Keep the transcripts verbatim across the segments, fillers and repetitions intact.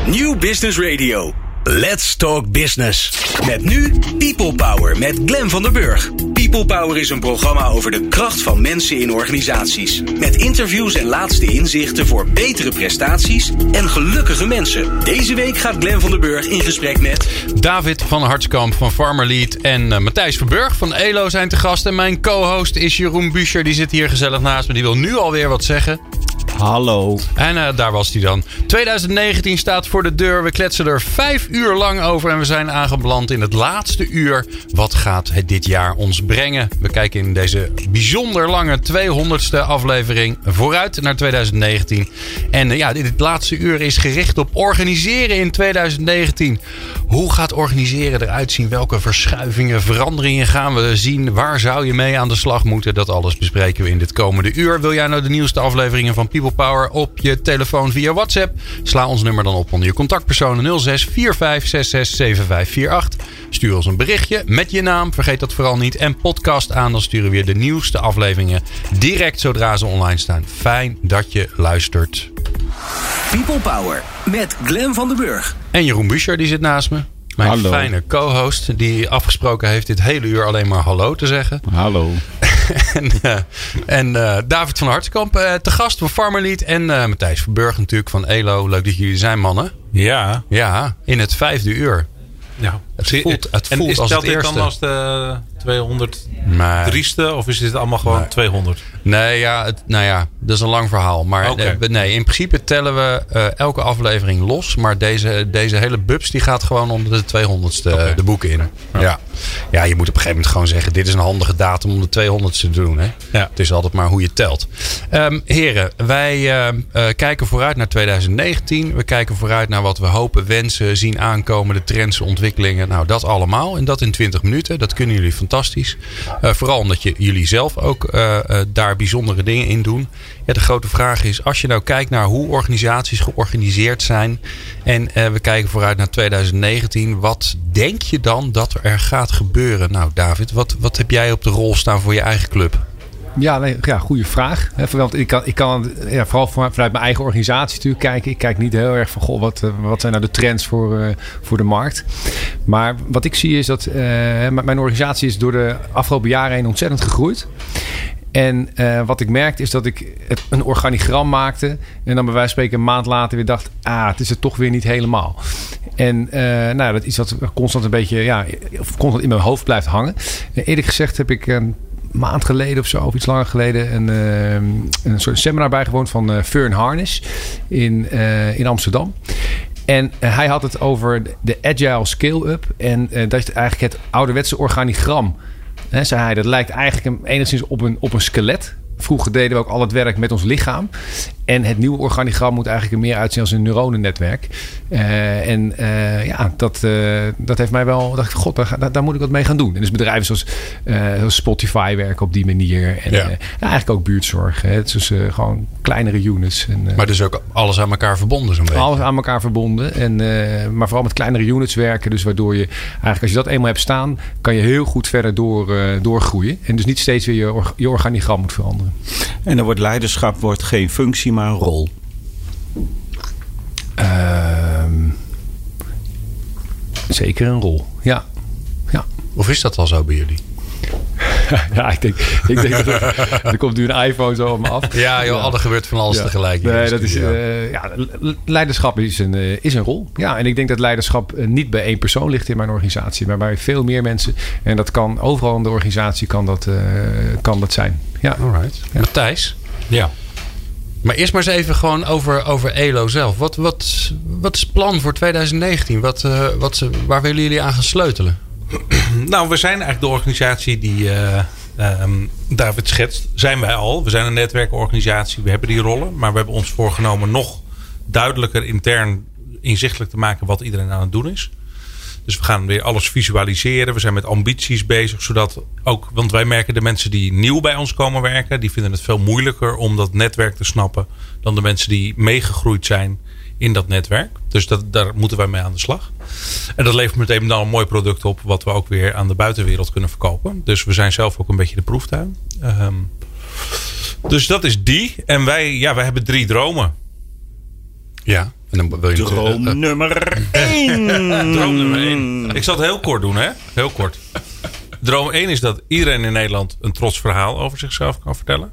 New Business Radio. Let's Talk Business. Met nu People Power met Glenn van der Burg. People Power is een programma over de kracht van mensen in organisaties. Met interviews en laatste inzichten voor betere prestaties en gelukkige mensen. Deze week gaat Glenn van der Burg in gesprek met David van Hartskamp van Farmerlead en uh, Matthijs Verburg van E L O zijn te gast. En mijn co-host is Jeroen Buescher. Die zit hier gezellig naast me. Die wil nu alweer wat zeggen. Hallo. En uh, daar was hij dan. twintig negentien staat voor de deur. We kletsen er vijf uur lang over. En we zijn aangebeland in het laatste uur. Wat gaat het dit jaar ons brengen? We kijken in deze bijzonder lange tweehonderdste aflevering vooruit naar twintig negentien. En uh, ja, dit het laatste uur is gericht op organiseren in twintig negentien. Hoe gaat organiseren eruit zien? Welke verschuivingen, veranderingen gaan we zien? Waar zou je mee aan de slag moeten? Dat alles bespreken we in dit komende uur. Wil jij nou de nieuwste afleveringen van People Power op je telefoon via WhatsApp? Sla ons nummer dan op onder je contactpersonen nul zes vier vijf zes zes zeven vijf vier acht. Stuur ons een berichtje met je naam, vergeet dat vooral niet. En podcast aan, dan sturen we je de nieuwste afleveringen direct zodra ze online staan. Fijn dat je luistert. People Power met Glenn van der Burg. En Jeroen Buescher, die zit naast me. Mijn hallo. Fijne co-host die afgesproken heeft dit hele uur alleen maar hallo te zeggen. Hallo. en uh, en uh, David van Hartskamp uh, te gast van Farmerlead. En uh, Matthijs Verburg natuurlijk van E L O. Leuk dat jullie zijn, mannen. Ja. Ja, in het vijfde uur. Ja. Het voelt, het voelt en is, als telt het dit eerste. dan als de tweehonderddrieste? Nee. Of is dit allemaal gewoon nee. tweehonderd? Nee, ja, het, nou ja, dat is een lang verhaal. Maar okay. uh, nee, in principe tellen we uh, elke aflevering los. Maar deze, deze hele bubs die gaat gewoon onder de tweehonderdste okay. de boeken in. Ja. Ja. ja, je moet op een gegeven moment gewoon zeggen... dit is een handige datum om de tweehonderdste te doen. Hè? Ja. Het is altijd maar hoe je telt. Um, heren, wij uh, uh, kijken vooruit naar twintig negentien. We kijken vooruit naar wat we hopen, wensen, zien aankomen. De trends, ontwikkelingen. Nou, dat allemaal. En dat in twintig minuten. Dat kunnen jullie fantastisch. Uh, vooral omdat je, jullie zelf ook uh, uh, daar bijzondere dingen in doen. Ja, de grote vraag is, als je nou kijkt naar hoe organisaties georganiseerd zijn. En uh, we kijken vooruit naar twintig negentien. Wat denk je dan dat er gaat gebeuren? Nou, David, wat, wat heb jij op de rol staan voor je eigen club? Ja, nee, ja, goede vraag. Want ik kan, ik kan ja, vooral vanuit mijn eigen organisatie natuurlijk kijken. Ik kijk niet heel erg van, goh, wat, wat zijn nou de trends voor, uh, voor de markt. Maar wat ik zie is dat uh, mijn organisatie is door de afgelopen jaren heen ontzettend gegroeid. En uh, wat ik merkte is dat ik het, een organigram maakte. En dan bij wijze van spreken een maand later weer dacht... ah, het is het toch weer niet helemaal. En uh, nou, dat is iets wat constant een beetje... ja, constant in mijn hoofd blijft hangen. En eerlijk gezegd heb ik... een maand geleden of zo, of iets langer geleden... een, uh, een soort seminar bijgewoond van uh, Fern Harnish in, uh, in Amsterdam. En uh, hij had het over de Agile Scale-up. En uh, dat is eigenlijk het ouderwetse organigram... He, zei hij, dat lijkt eigenlijk enigszins op een, op een skelet. Vroeger deden we ook al het werk met ons lichaam. En het nieuwe organigram moet eigenlijk er meer uitzien als een neuronennetwerk. Uh, en uh, ja, dat, uh, dat heeft mij wel... dacht ik, god, daar, daar moet ik wat mee gaan doen. En dus bedrijven zoals, uh, zoals Spotify werken op die manier. En ja. uh, ja, eigenlijk ook buurtzorg. Hè. Het is dus uh, gewoon kleinere units. En, uh, maar dus ook alles aan elkaar verbonden zo'n beetje. Alles aan elkaar verbonden. En, uh, maar vooral met kleinere units werken. Dus waardoor je eigenlijk als je dat eenmaal hebt staan... kan je heel goed verder door, uh, doorgroeien. En dus niet steeds weer je, or- je organigram moet veranderen. En dan wordt leiderschap wordt geen functie, maar een rol. Uh, zeker een rol, ja. ja. Of is dat al zo bij jullie? ja, ik denk, ik denk dat er, er komt nu een iPhone zo op me af. Ja, joh, ja. Er gebeurt van alles ja. tegelijk. Nee, dat is, uh, ja, leiderschap is een, uh, is een rol. Ja, en ik denk dat leiderschap uh, niet bij één persoon ligt in mijn organisatie, maar bij veel meer mensen. En dat kan overal in de organisatie kan dat, uh, kan dat zijn. Ja. Alright. Ja. Matthijs? Ja. Maar eerst maar eens even gewoon over, over E L O zelf. Wat, wat, wat is het plan voor twintig negentien? Wat, uh, wat, waar willen jullie aan gaan sleutelen? Nou, we zijn eigenlijk de organisatie die uh, um, David schetst. Zijn wij al. We zijn een netwerkorganisatie. We hebben die rollen. Maar we hebben ons voorgenomen nog duidelijker intern inzichtelijk te maken wat iedereen aan het doen is. Dus we gaan weer alles visualiseren. We zijn met ambities bezig. Zodat ook, want wij merken de mensen die nieuw bij ons komen werken, die vinden het veel moeilijker om dat netwerk te snappen dan de mensen die meegegroeid zijn in dat netwerk. Dus dat, daar moeten wij mee aan de slag. En dat levert meteen dan een mooi product op, wat we ook weer aan de buitenwereld kunnen verkopen. Dus we zijn zelf ook een beetje de proeftuin. Um, dus dat is die. En wij, ja, wij hebben drie dromen. Ja. En dan wil je Droom uh, nummer één. Droom nummer één. Ik zal het heel kort doen, hè? Heel kort. Droom één is dat iedereen in Nederland een trots verhaal over zichzelf kan vertellen.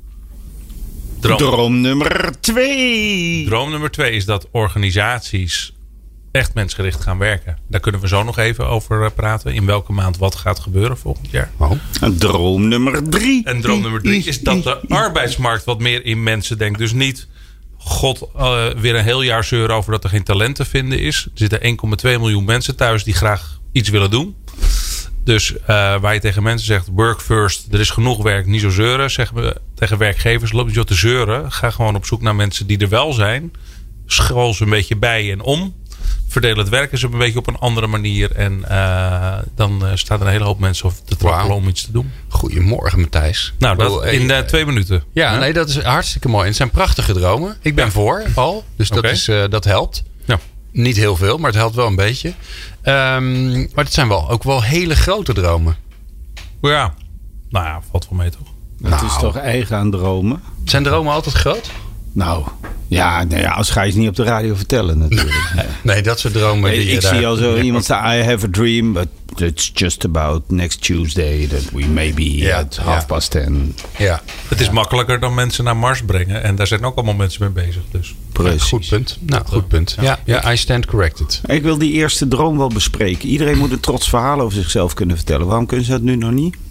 Droom, Droom nummer twee. Droom nummer twee is dat organisaties echt mensgericht gaan werken. Daar kunnen we zo nog even over praten. In welke maand wat gaat gebeuren volgend jaar. Oh. En droom nummer drie. En droom nummer drie is dat de arbeidsmarkt wat meer in mensen denkt. Dus niet, god, uh, weer een heel jaar zeuren over dat er geen talent te vinden is. Er zitten één komma twee miljoen mensen thuis die graag iets willen doen. Dus uh, waar je tegen mensen zegt, work first, er is genoeg werk, niet zo zeuren. Zeggen we tegen werkgevers, loop niet te zeuren. Ga gewoon op zoek naar mensen die er wel zijn. School ze een beetje bij en om. Verdeel het werk eens een beetje op een andere manier. En uh, dan uh, staat er een hele hoop mensen te trappelen wow. om iets te doen. Goedemorgen, Matthijs. Nou, dat in uh, twee minuten. Ja, ja, nee, dat is hartstikke mooi. En het zijn prachtige dromen. Ik ben ja. voor al, dus dat, okay. is, uh, dat helpt. Ja. Niet heel veel, maar het helpt wel een beetje. Um, maar het zijn wel ook wel hele grote dromen. Ja, nou ja, valt wel mee toch? Het nou. is toch eigen aan dromen? Zijn dromen altijd groot? Nou, ja, nee, als ga je het niet op de radio vertellen natuurlijk. Nee, dat soort dromen. Nee, die ik je zie daar... al zo iemand zeggen, I have a dream, but it's just about next Tuesday that we may be ja, at ja. half past ten. Ja, het is ja. makkelijker dan mensen naar Mars brengen. En daar zijn ook allemaal mensen mee bezig. Dus. Precies. Goed punt. Nou, goed punt. Ja, ja, I stand corrected. Ik wil die eerste droom wel bespreken. Iedereen moet een trots verhaal over zichzelf kunnen vertellen. Waarom kunnen ze dat nu nog niet?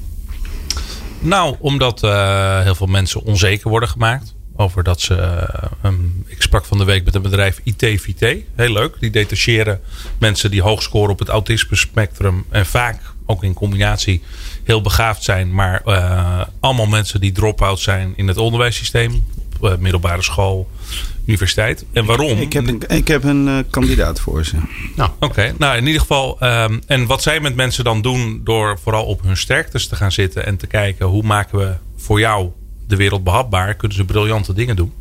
Nou, omdat uh, heel veel mensen onzeker worden gemaakt. Over dat ze... Uh, um, ik sprak van de week met een bedrijf I T V T. Heel leuk. Die detacheren mensen die hoog scoren op het autisme spectrum. En vaak ook in combinatie heel begaafd zijn. Maar uh, allemaal mensen die drop-out zijn in het onderwijssysteem. Uh, middelbare school, universiteit. En waarom? Ik, ik heb een, ik heb een uh, kandidaat voor ze. Nou, oké. Okay. Nou, in ieder geval. Um, en wat zij met mensen dan doen door vooral op hun sterktes te gaan zitten. En te kijken hoe maken we voor jou de wereld behapbaar, kunnen ze briljante dingen doen.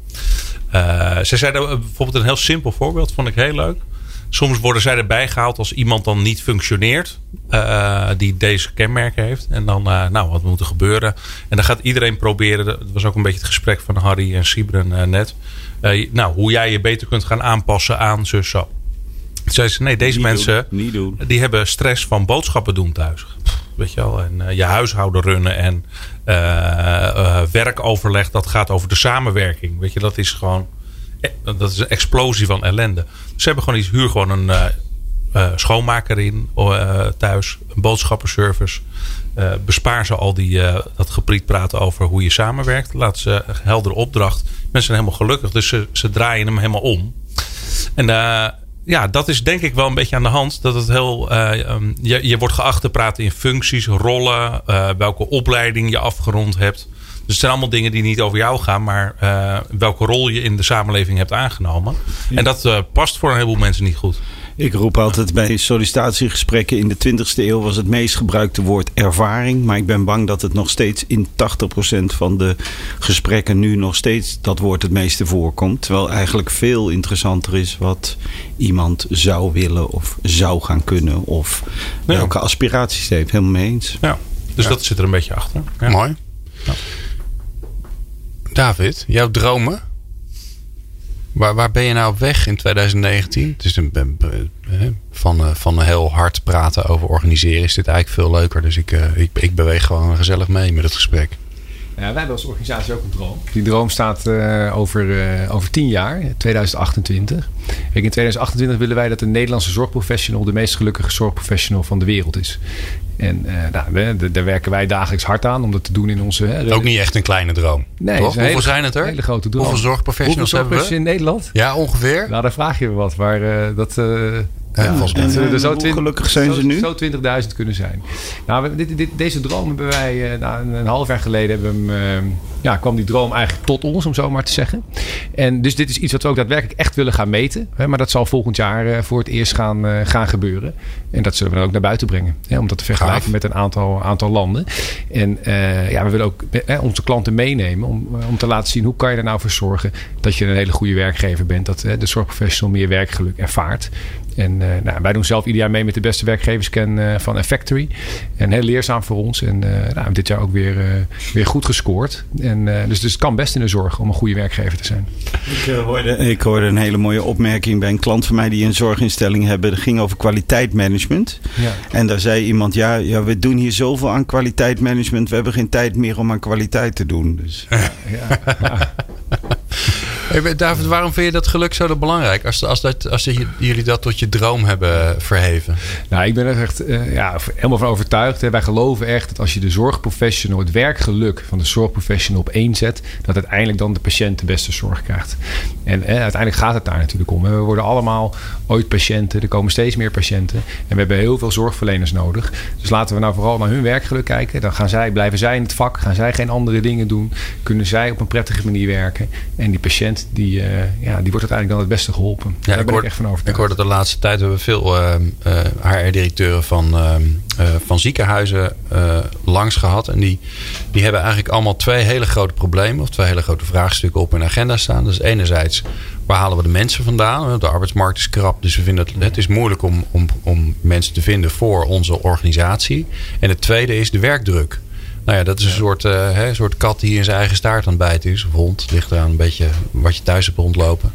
Uh, ze zeiden bijvoorbeeld een heel simpel voorbeeld, vond ik heel leuk. Soms worden zij erbij gehaald als iemand dan niet functioneert, uh, die deze kenmerken heeft. En dan, uh, nou, wat moet er gebeuren? En dan gaat iedereen proberen, dat was ook een beetje het gesprek van Harry en Sibren uh, net. Uh, nou, hoe jij je beter kunt gaan aanpassen aan zus zo. Zeiden ze, nee, deze niet mensen, doen, niet doen. die hebben stress van boodschappen doen thuis. Weet je wel, en uh, je huishouden runnen en uh, uh, werkoverleg, dat gaat over de samenwerking. Weet je, dat is gewoon, dat is een explosie van ellende. Ze hebben gewoon iets, huur gewoon een uh, uh, schoonmaker in uh, thuis, een boodschappenservice. Uh, bespaar ze al die, uh, dat gepriet praten over hoe je samenwerkt. Laat ze een heldere opdracht. Mensen zijn helemaal gelukkig, dus ze, ze draaien hem helemaal om. En uh, ja, dat is denk ik wel een beetje aan de hand. Dat het heel, uh, um, je, je wordt geacht te praten in functies, rollen, uh, welke opleiding je afgerond hebt. Dus het zijn allemaal dingen die niet over jou gaan, maar uh, welke rol je in de samenleving hebt aangenomen. Ja. En dat uh, past voor een heleboel mensen niet goed. Ik roep altijd bij sollicitatiegesprekken in de twintigste eeuw was het meest gebruikte woord ervaring. Maar ik ben bang dat het nog steeds in tachtig procent van de gesprekken nu nog steeds dat woord het meeste voorkomt. Terwijl eigenlijk veel interessanter is wat iemand zou willen of zou gaan kunnen. Of ja. welke aspiraties heeft. Helemaal mee eens. Ja, dus ja. dat zit er een beetje achter. Ja. Mooi. Ja. David, jouw dromen? Waar, waar ben je nou op weg in twintig negentien? Het is een, van, van heel hard praten over organiseren is dit eigenlijk veel leuker. Dus ik, ik, ik beweeg gewoon gezellig mee met het gesprek. Ja, wij hebben als organisatie ook een droom. Die droom staat uh, over, uh, over tien jaar, twintig achtentwintig. Kijk, in twintig achtentwintig willen wij dat de Nederlandse zorgprofessional de meest gelukkige zorgprofessional van de wereld is. En uh, nou, de, daar werken wij dagelijks hard aan om dat te doen in onze... Hè, ook niet echt een kleine droom. Nee, Hoeveel hele, zijn het er? Een hele grote droom. Hoeveel zorgprofessionals Hoeveel hebben we? in Nederland? Ja, ongeveer. Nou, daar vraag je me wat. Maar uh, dat... Uh, Ja, ja, en, en, en, zo hoe gelukkig zijn ze nu? Zo twintigduizend kunnen zijn. Nou, dit, dit, deze droom hebben wij... Uh, nou, een half jaar geleden hebben we hem, uh, ja, kwam die droom eigenlijk tot ons, om zo maar te zeggen. En dus dit is iets wat we ook daadwerkelijk echt willen gaan meten. Hè, maar dat zal volgend jaar uh, voor het eerst gaan, uh, gaan gebeuren. En dat zullen we dan ook naar buiten brengen. Hè, om dat te vergelijken Gaaf. met een aantal, aantal landen. En uh, ja, we willen ook uh, onze klanten meenemen om, uh, om te laten zien hoe kan je er nou voor zorgen dat je een hele goede werkgever bent. Dat uh, de zorgprofessional meer werkgeluk ervaart. En uh, nou, wij doen zelf ieder jaar mee met de beste werkgeverscan uh, van Factory. En heel leerzaam voor ons. En uh, nou, dit jaar ook weer, uh, weer goed gescoord. En, uh, dus, dus het kan best in de zorg om een goede werkgever te zijn. Ik, uh, hoorde, ik hoorde een hele mooie opmerking bij een klant van mij die een zorginstelling hebben. Dat ging over kwaliteitsmanagement. Ja. En daar zei iemand, ja, ja, we doen hier zoveel aan kwaliteitsmanagement. We hebben geen tijd meer om aan kwaliteit te doen. Dus. Ja, ja, ja. Hey, David, waarom vind je dat geluk zo belangrijk? Als, als, dat, als je, jullie dat tot je droom hebben verheven? Nou, ik ben er echt uh, ja, helemaal van overtuigd. Hè. Wij geloven echt dat als je de zorgprofessional, het werkgeluk van de zorgprofessional op één zet, dat uiteindelijk dan de patiënt de beste zorg krijgt. En eh, uiteindelijk gaat het daar natuurlijk om. We worden allemaal ooit patiënten. Er komen steeds meer patiënten. En we hebben heel veel zorgverleners nodig. Dus laten we nou vooral naar hun werkgeluk kijken. Dan gaan zij, blijven zij in het vak. Gaan zij geen andere dingen doen. Kunnen zij op een prettige manier werken. En die patiënt Die, uh, ja, die wordt uiteindelijk dan het beste geholpen. Ja, Daar ben ik, hoor, ik echt van overtuigd. Ik hoor dat de laatste tijd hebben we veel uh, uh, H R-directeuren van, uh, uh, van ziekenhuizen uh, langs gehad. En die, die hebben eigenlijk allemaal twee hele grote problemen. Of twee hele grote vraagstukken op hun agenda staan. Dus enerzijds, waar halen we de mensen vandaan? De arbeidsmarkt is krap. Dus we vinden het, het is moeilijk om, om, om mensen te vinden voor onze organisatie. En het tweede is de werkdruk. Nou ja, dat is een soort, uh, hè, soort kat die in zijn eigen staart aan het bijten is. Of hond. Ligt eraan een beetje wat je thuis hebt rondlopen.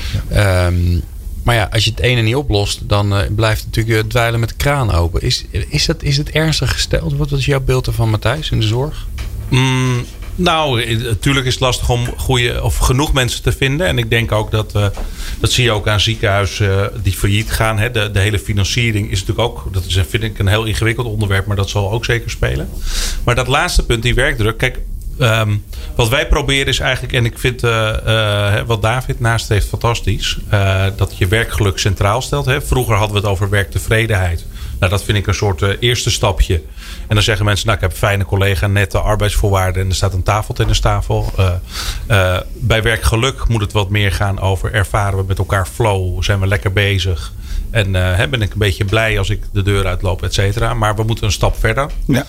Ja. Um, maar ja, als je het ene niet oplost, dan uh, blijft het natuurlijk uh, dweilen met de kraan open. Is, is, dat, is het ernstig gesteld? Wat is jouw beeld ervan, Matthijs, in de zorg? Mm, nou, natuurlijk is het lastig om goede, of genoeg mensen te vinden. En ik denk ook dat, uh, dat zie je ook aan ziekenhuizen uh, die failliet gaan. Hè. De, de hele financiering is natuurlijk ook, dat is vind ik een heel ingewikkeld onderwerp, maar dat zal ook zeker spelen. Maar dat laatste punt, die werkdruk. Kijk, um, wat wij proberen is eigenlijk, en ik vind uh, uh, wat David nastreeft fantastisch, uh, dat je werkgeluk centraal stelt. Hè. Vroeger hadden we het over werktevredenheid. Nou, dat vind ik een soort uh, eerste stapje. En dan zeggen mensen, nou, ik heb een fijne collega, nette arbeidsvoorwaarden en er staat een tafeltennistafel. Uh, uh, bij werkgeluk moet het wat meer gaan over ervaren we met elkaar flow, zijn we lekker bezig. En uh, ben ik een beetje blij als ik de deur uitloop, et cetera. Maar we moeten een stap verder. Ja,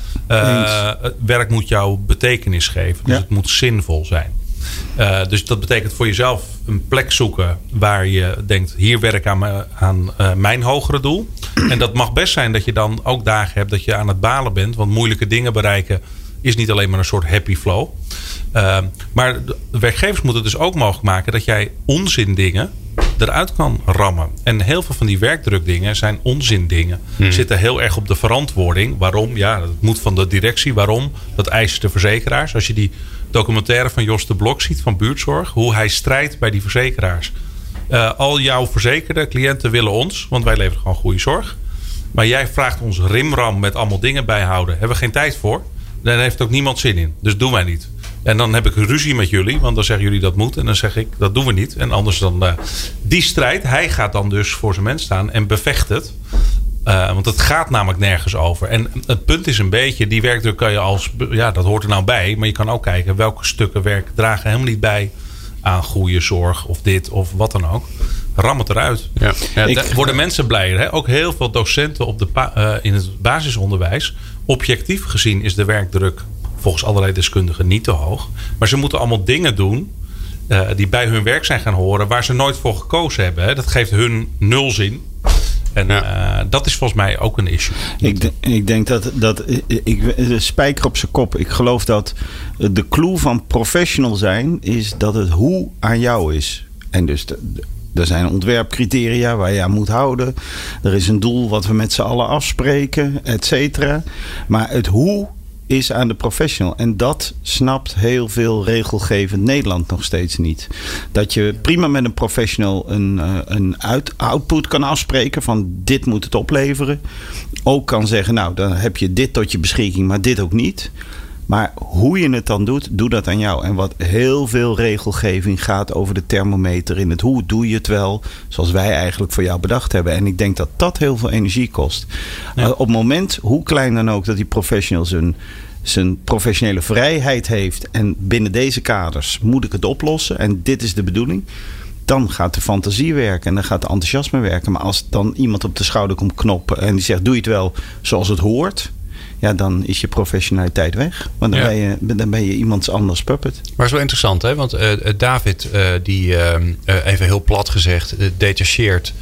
uh, werk moet jou betekenis geven. Dus ja. Het moet zinvol zijn. Uh, dus dat betekent voor jezelf een plek zoeken waar je denkt, hier werk ik aan, me, aan uh, mijn hogere doel. En dat mag best zijn dat je dan ook dagen hebt dat je aan het balen bent. Want moeilijke dingen bereiken is niet alleen maar een soort happy flow. Uh, maar de werkgevers moeten het dus ook mogelijk maken dat jij onzin dingen eruit kan rammen. En heel veel van die werkdrukdingen zijn onzindingen. Hmm. Zitten heel erg op de verantwoording. Waarom? Ja, dat moet van de directie. Waarom? Dat eisen de verzekeraars. Als je die documentaire van Jos de Blok ziet van buurtzorg, hoe hij strijdt bij die verzekeraars. Uh, al jouw verzekerde cliënten willen ons, want wij leveren gewoon goede zorg. Maar jij vraagt ons rimram met allemaal dingen bijhouden. Hebben we geen tijd voor. Daar heeft ook niemand zin in. Dus doen wij niet. En dan heb ik ruzie met jullie, want dan zeggen jullie dat moet. En dan zeg ik, dat doen we niet. En anders dan uh, die strijd. Hij gaat dan dus voor zijn mens staan en bevecht het. Uh, want het gaat namelijk nergens over. En het punt is een beetje, die werkdruk kan je als, ja, dat hoort er nou bij. Maar je kan ook kijken welke stukken werk dragen helemaal niet bij aan goede zorg of dit of wat dan ook. Ram het eruit. Ja. Ja, ik, da- worden mensen blijer. Hè? Ook heel veel docenten op de pa- uh, in het basisonderwijs. Objectief gezien is de werkdruk volgens allerlei deskundigen niet te hoog. Maar ze moeten allemaal dingen doen uh, die bij hun werk zijn gaan horen, waar ze nooit voor gekozen hebben. Hè? Dat geeft hun nul zin. En ja. uh, dat is volgens mij ook een issue. Ik, de, ik denk dat, dat ik, de spijker op zijn kop. Ik geloof dat de clue van professional zijn is dat het hoe aan jou is. En dus de, de, er zijn ontwerpcriteria waar je aan moet houden. Er is een doel wat we met z'n allen afspreken, et cetera. Maar het hoe is aan de professional. En dat snapt heel veel regelgevend Nederland nog steeds niet. Dat je prima met een professional een, een uit, output kan afspreken van dit moet het opleveren. Ook kan zeggen, nou dan heb je dit tot je beschikking, maar dit ook niet. Maar hoe je het dan doet, doe dat aan jou. En wat heel veel regelgeving gaat over de thermometer in het hoe doe je het wel, zoals wij eigenlijk voor jou bedacht hebben. En ik denk dat dat heel veel energie kost. Ja. Uh, op het moment, hoe klein dan ook, dat die professional zijn, zijn professionele vrijheid heeft en binnen deze kaders moet ik het oplossen en dit is de bedoeling, dan gaat de fantasie werken en dan gaat de enthousiasme werken. Maar als dan iemand op de schouder komt knoppen en die zegt doe je het wel zoals het hoort, ja, dan is je professionaliteit weg. Want dan, ja. ben, je, dan ben je iemands anders puppet. Maar het is wel interessant, hè? Want uh, David, uh, die uh, uh, even heel plat gezegd, uh, detacheert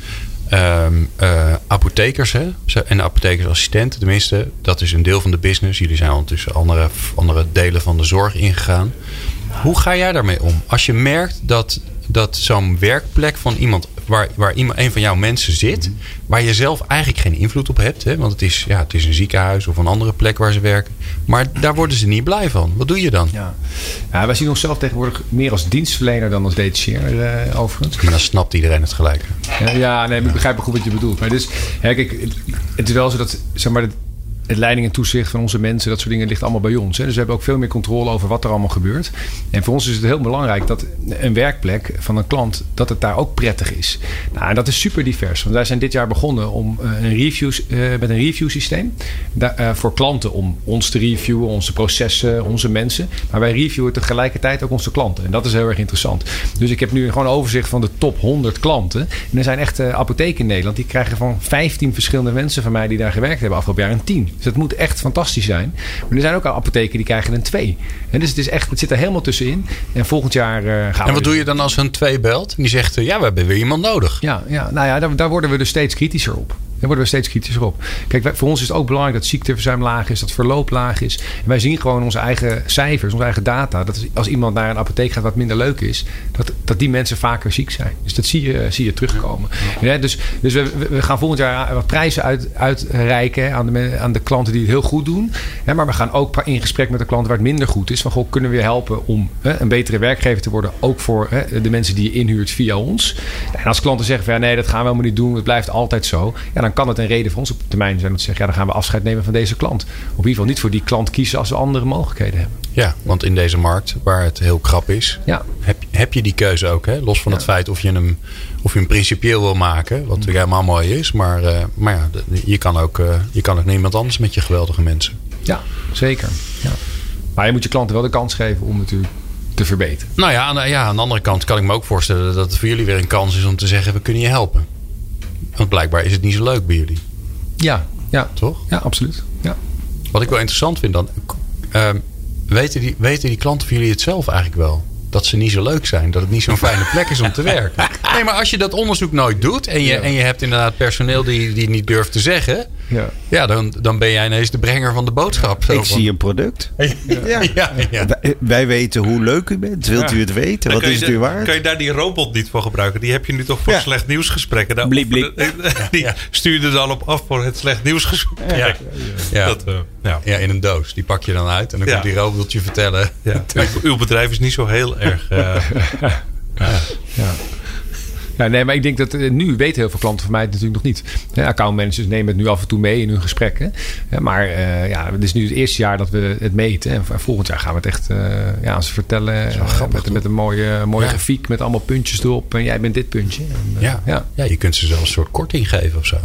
Um, uh, apothekers hè? En apothekersassistenten tenminste. Dat is een deel van de business. Jullie zijn ondertussen andere, andere delen van de zorg ingegaan. Hoe ga jij daarmee om? Als je merkt dat, dat zo'n werkplek van iemand... waar, waar iemand, een van jouw mensen zit... waar je zelf eigenlijk geen invloed op hebt. Hè? Want het is, ja, het is een ziekenhuis of een andere plek waar ze werken. Maar daar worden ze niet blij van. Wat doe je dan? Ja. Ja, wij zien onszelf tegenwoordig meer als dienstverlener dan als detacheerder uh, overigens. Maar dan snapt iedereen het gelijk. Ja, ja nee, ik begrijp goed wat je bedoelt. Maar dus, ja, kijk, het, het is wel zo dat... zeg maar, het leiding en toezicht van onze mensen, dat soort dingen ligt allemaal bij ons. Hè. Dus we hebben ook veel meer controle over wat er allemaal gebeurt. En voor ons is het heel belangrijk dat een werkplek van een klant, dat het daar ook prettig is. Nou, en dat is super divers. Want wij zijn dit jaar begonnen om een reviews, uh, met een review systeem. Da- uh, voor klanten om ons te reviewen, onze processen, onze mensen. Maar wij reviewen tegelijkertijd ook onze klanten. En dat is heel erg interessant. Dus ik heb nu gewoon een overzicht van de top honderd klanten. En er zijn echt uh, apotheken in Nederland. Die krijgen van vijftien verschillende mensen van mij die daar gewerkt hebben afgelopen jaar een tien. Dus dat moet echt fantastisch zijn. Maar er zijn ook al apotheken die krijgen een twee. En dus het, is echt, het zit er helemaal tussenin. En volgend jaar uh, gaan we... En wat dus... doe je dan als een twee belt? En die zegt, uh, ja, we hebben weer iemand nodig. Ja, ja nou ja, daar, daar worden we dus steeds kritischer op. Daar worden we steeds kritischer op. Kijk, wij, voor ons is het ook belangrijk dat ziekteverzuim laag is, dat verloop laag is. En wij zien gewoon onze eigen cijfers, onze eigen data. Dat als iemand naar een apotheek gaat wat minder leuk is, dat, dat die mensen vaker ziek zijn. Dus dat zie je, zie je terugkomen. Ja, dus dus we, we gaan volgend jaar wat prijzen uit, uitreiken aan de, aan de klanten die het heel goed doen. Ja, maar we gaan ook in gesprek met de klanten waar het minder goed is. Van, goh, kunnen we je helpen om hè, een betere werkgever te worden, ook voor hè, de mensen die je inhuurt via ons. En als klanten zeggen van, ja, nee, dat gaan we helemaal niet doen, het blijft altijd zo. Ja, dan kan het een reden voor ons op termijn zijn om te zeggen, ja, dan gaan we afscheid nemen van deze klant. Op ieder geval niet voor die klant kiezen als we andere mogelijkheden hebben. Ja, want in deze markt waar het heel krap is, ja. heb, heb je die keuze ook. Hè? Los van ja. het feit of je hem, of je hem principieel wil maken, wat natuurlijk helemaal mooi is. Maar, uh, maar ja, je kan ook, uh, je kan ook niemand anders met je geweldige mensen. Ja, zeker. Ja. Maar je moet je klanten wel de kans geven om natuurlijk te verbeteren. Nou ja aan, ja, aan de andere kant kan ik me ook voorstellen dat het voor jullie weer een kans is om te zeggen, we kunnen je helpen. Want blijkbaar is het niet zo leuk bij jullie. Ja, ja. Toch? Ja, absoluut. Ja. Wat ik wel interessant vind dan, uh, weten, die, weten die klanten van jullie het zelf eigenlijk wel? Dat ze niet zo leuk zijn. Dat het niet zo'n fijne plek is om te werken. Nee, maar als je dat onderzoek nooit doet en je, ja. en je hebt inderdaad personeel die, die niet durft te zeggen. Ja, ja dan, dan ben jij ineens de brenger van de boodschap. Ik van... zie een product. Ja. Ja. Ja, ja. Wij, wij weten hoe leuk u bent. Wilt ja. u het weten? Wat is het u waard? Kan je daar die robot niet voor gebruiken? Die heb je nu toch voor ja. slecht nieuwsgesprekken. Daar bliep, bliep. Die ja. stuur je er dan op af voor het slecht nieuwsgesprek. Ja. Ja. Ja. Dat, uh, ja. ja, in een doos. Die pak je dan uit en dan ja. komt die robot je vertellen. Ja. Uw bedrijf is niet zo heel erg... Uh, ja. Ja. Ja, nee, maar ik denk dat uh, nu weten heel veel klanten van mij het natuurlijk nog niet. Ja, accountmanagers nemen het nu af en toe mee in hun gesprekken. Ja, maar uh, ja, het is nu het eerste jaar dat we het meten. En volgend jaar gaan we het echt uh, ja, aan ze vertellen. Uh, met, met een mooie, mooie ja. grafiek met allemaal puntjes erop. En jij bent dit puntje. En, uh, ja. Ja. ja, je kunt ze zelfs een soort korting geven of zo.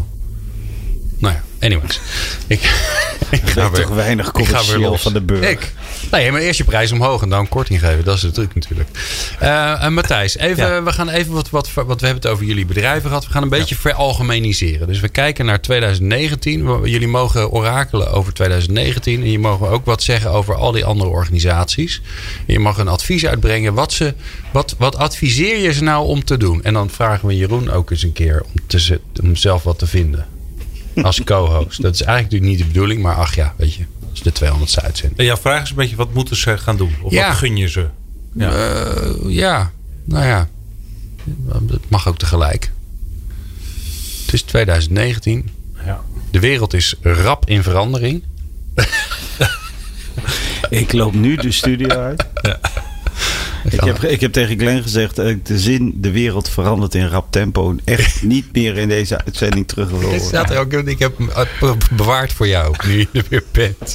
Nou ja, anyways. Ik, ik ga weer, toch weinig commercieel van de beurs. Ik. Nee, maar eerst je prijs omhoog en dan korting geven. Dat is de truc natuurlijk. Uh, en Matthijs, even, ja. we gaan even wat, wat, wat we hebben het over jullie bedrijven gehad. We gaan een beetje ja. veralgemeniseren. Dus we kijken naar twintig negentien. Jullie mogen orakelen over twintig negentien. En je mag ook wat zeggen over al die andere organisaties. En je mag een advies uitbrengen. Wat, ze, wat, wat adviseer je ze nou om te doen? En dan vragen we Jeroen ook eens een keer om, te, om zelf wat te vinden. Als co-host. Dat is eigenlijk natuurlijk niet de bedoeling. Maar ach ja, weet je. Dat is de tweehonderdste uitzending. En jouw vraag is een beetje, wat moeten ze gaan doen? Of ja. wat gun je ze? Ja. Uh, ja, nou ja. Dat mag ook tegelijk. Het is twintig negentien. Ja. De wereld is rap in verandering. Ik loop nu de studio uit. Ja. Ik heb, ik heb tegen Glenn gezegd, de zin de wereld verandert in rap tempo echt niet meer in deze uitzending terug wil horen. Staat er ook, ik heb hem bewaard voor jou, nu je er weer bent.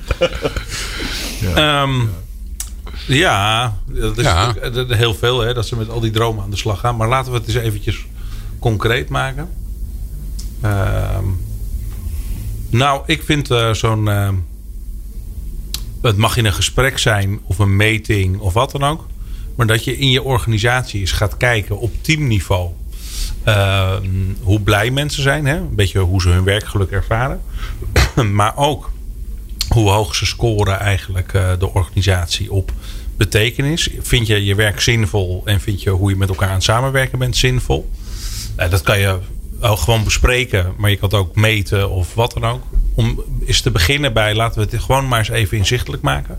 Ja, um, ja dat is ja. heel veel, hè, dat ze met al die dromen aan de slag gaan. Maar laten we het eens eventjes concreet maken. Um, nou, ik vind uh, zo'n... Uh, het mag in een gesprek zijn of een meeting of wat dan ook. Maar dat je in je organisatie eens gaat kijken op teamniveau. Uh, hoe blij mensen zijn. Hè? Een beetje hoe ze hun werkgeluk ervaren. Maar ook hoe hoog ze scoren eigenlijk uh, de organisatie op betekenis. Vind je je werk zinvol en vind je hoe je met elkaar aan het samenwerken bent zinvol? Uh, dat kan je uh, gewoon bespreken. Maar je kan het ook meten of wat dan ook. Om eens te beginnen bij laten we het gewoon maar eens even inzichtelijk maken.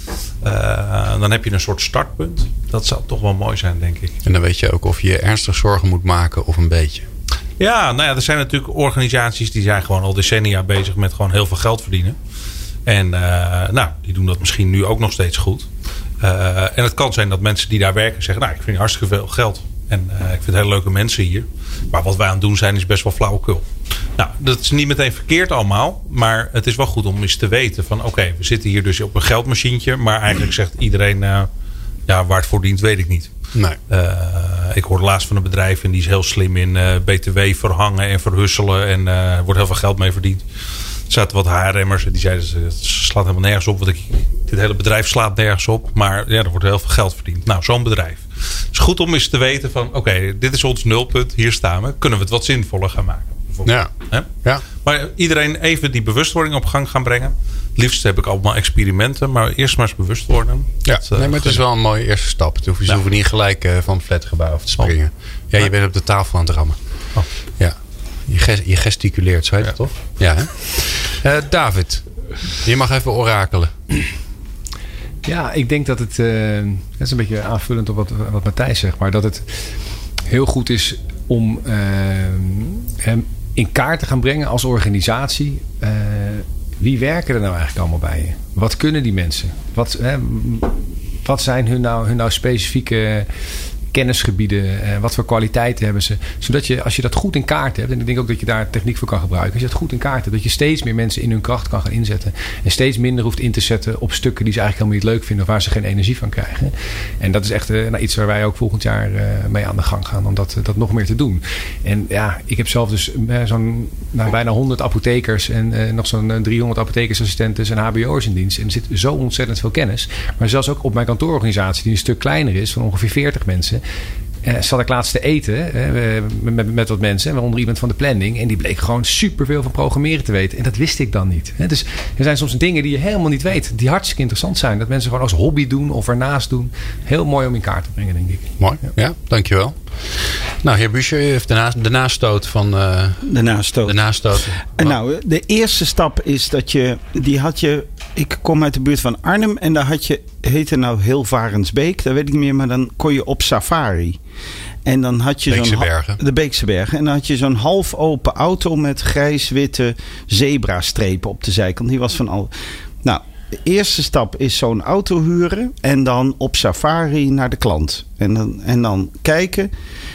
Uh, dan heb je een soort startpunt. Dat zou toch wel mooi zijn, denk ik. En dan weet je ook of je je ernstig zorgen moet maken of een beetje. Ja, nou ja, er zijn natuurlijk organisaties die zijn gewoon al decennia bezig met gewoon heel veel geld verdienen. En uh, nou, die doen dat misschien nu ook nog steeds goed. Uh, en het kan zijn dat mensen die daar werken zeggen, nou, ik vind hartstikke veel geld. En uh, ik vind hele leuke mensen hier. Maar wat wij aan het doen zijn is best wel flauwekul. Nou, dat is niet meteen verkeerd allemaal. Maar het is wel goed om eens te weten van oké, okay, we zitten hier dus op een geldmachientje. Maar eigenlijk zegt iedereen, uh, ja, waar het voor dient weet ik niet. Nee. Uh, ik hoorde laatst van een bedrijf en die is heel slim in uh, B T W verhangen en verhusselen. En uh, er wordt heel veel geld mee verdiend. Er zaten wat H R M'ers die zeiden, het slaat helemaal nergens op. Want ik, dit hele bedrijf slaat nergens op. Maar ja, er wordt heel veel geld verdiend. Nou, zo'n bedrijf. Het is goed om eens te weten van oké, okay, dit is ons nulpunt. Hier staan we. Kunnen we het wat zinvoller gaan maken? Ja. Ja. Maar iedereen even die bewustwording op gang gaan brengen. Het liefst heb ik allemaal experimenten. Maar eerst maar eens bewust worden. Ja, dat, uh, nee, maar het is wel een mooie eerste stap. Het hoeft, je hoeft niet gelijk uh, van het flatgebouw af te springen. Oh. Ja, je bent op de tafel aan het rammen. Oh. Ja. Je, gest, je gesticuleert, zo heet het ja. toch? Ja, hè? Uh, David, je mag even orakelen. Ja, ik denk dat het... Uh, dat is een beetje aanvullend op wat, wat Matthijs zegt. Maar dat het heel goed is om uh, hem in kaart te gaan brengen als organisatie. Uh, wie werken er nou eigenlijk allemaal bij je? Wat kunnen die mensen? Wat, hè, wat zijn hun nou, hun nou specifieke kennisgebieden? Eh, wat voor kwaliteiten hebben ze? Zodat je, als je dat goed in kaart hebt, en ik denk ook dat je daar techniek voor kan gebruiken, als je dat goed in kaart hebt, dat je steeds meer mensen in hun kracht kan gaan inzetten. En steeds minder hoeft in te zetten op stukken die ze eigenlijk helemaal niet leuk vinden of waar ze geen energie van krijgen. En dat is echt uh, nou, iets waar wij ook volgend jaar uh, mee aan de gang gaan om dat, dat nog meer te doen. En ja, ik heb zelf dus uh, zo'n nou, bijna honderd apothekers en uh, nog zo'n uh, driehonderd apothekersassistenten en H B O'ers in dienst. En er zit zo ontzettend veel kennis. Maar zelfs ook op mijn kantoororganisatie, die een stuk kleiner is, van ongeveer veertig mensen. Uh, zat ik laatst te eten uh, met, met wat mensen, waaronder iemand van de planning. En die bleek gewoon superveel van programmeren te weten. En dat wist ik dan niet. Hè? Dus er zijn soms dingen die je helemaal niet weet, die hartstikke interessant zijn. Dat mensen gewoon als hobby doen of ernaast doen. Heel mooi om in kaart te brengen, denk ik. Mooi, ja, ja dankjewel. Nou, heer Buescher, u heeft de, na, de nastoot van... Uh, de nastoot. De nastoot. En nou, de eerste stap is dat je... Die had je... Ik kom uit de buurt van Arnhem en daar had je... Heette nou Hilvarensbeek, dat weet ik niet meer. Maar dan kon je op safari. En dan had je Beekse zo'n... Bergen. De Beekse Bergen. En dan had je zo'n half open auto met grijs-witte zebrastrepen op de zijkant. Die was van al... Nou, de eerste stap is zo'n auto huren. En dan op safari naar de klant. En dan, en dan kijken...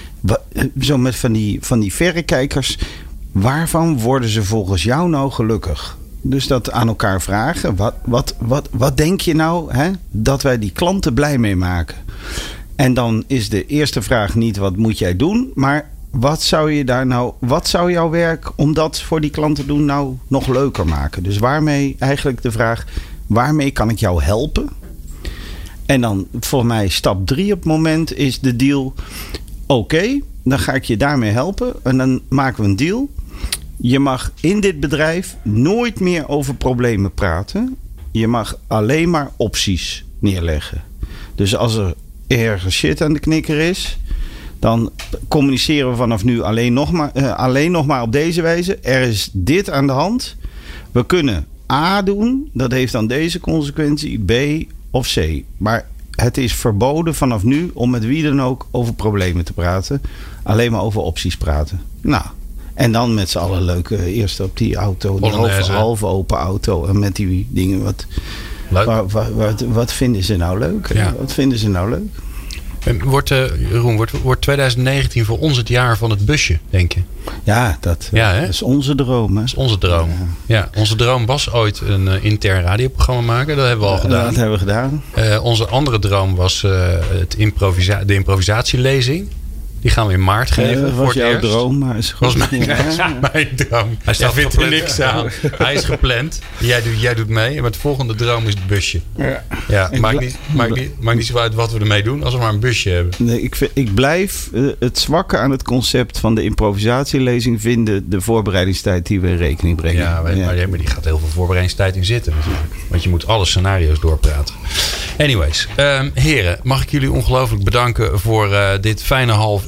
Zo met van die, van die verrekijkers. Waarvan worden ze volgens jou nou gelukkig? Dus dat aan elkaar vragen. Wat, wat, wat, wat denk je nou hè, dat wij die klanten blij mee maken? En dan is de eerste vraag niet wat moet jij doen? Maar wat zou je daar nou... Wat zou jouw werk om dat voor die klanten doen nou nog leuker maken? Dus waarmee eigenlijk de vraag... Waarmee kan ik jou helpen? En dan voor mij stap drie op het moment is de deal... Oké, okay, dan ga ik je daarmee helpen. En dan maken we een deal. Je mag in dit bedrijf nooit meer over problemen praten. Je mag alleen maar opties neerleggen. Dus als er ergens shit aan de knikker is... dan communiceren we vanaf nu alleen nog maar, uh, alleen nog maar op deze wijze. Er is dit aan de hand. We kunnen A doen. Dat heeft dan deze consequentie. B of C. Maar... Het is verboden vanaf nu om met wie dan ook over problemen te praten. Alleen maar over opties praten. Nou, en dan met z'n allen leuk uh, eerst op die auto. Die half, half open auto. En met die dingen. Wat, waar, waar, wat, wat vinden ze nou leuk? Ja. Wat vinden ze nou leuk? En wordt, uh, Jeroen, wordt, wordt twintig negentien voor ons het jaar van het busje, denk je? Ja, dat, ja, uh, dat is onze droom. Hè? Dat is onze droom. Ja. Ja, onze droom was ooit een uh, intern radioprogramma maken. Dat hebben we al gedaan. Dat hebben we gedaan. Uh, onze andere droom was uh, het improvisa- de improvisatielezing. Die gaan we in maart geven. Dat voor was het jouw eerst. droom. Maar is was mijn, ja. mijn droom. Hij staat vindt er niks aan. Hij is gepland. Jij doet, jij doet mee. Maar het volgende droom is het busje. Ja. Ja, maakt, niet, maakt, niet, maakt niet zo uit wat we ermee doen. Als we maar een busje hebben. Nee, ik, vind, ik blijf uh, het zwakke aan het concept van de improvisatielezing vinden. De voorbereidingstijd die we in rekening brengen. Ja, maar, ja. maar die gaat heel veel voorbereidingstijd in zitten natuurlijk. Want je moet alle scenario's doorpraten. Anyways. Um, heren, mag ik jullie ongelooflijk bedanken voor uh, dit fijne half uur.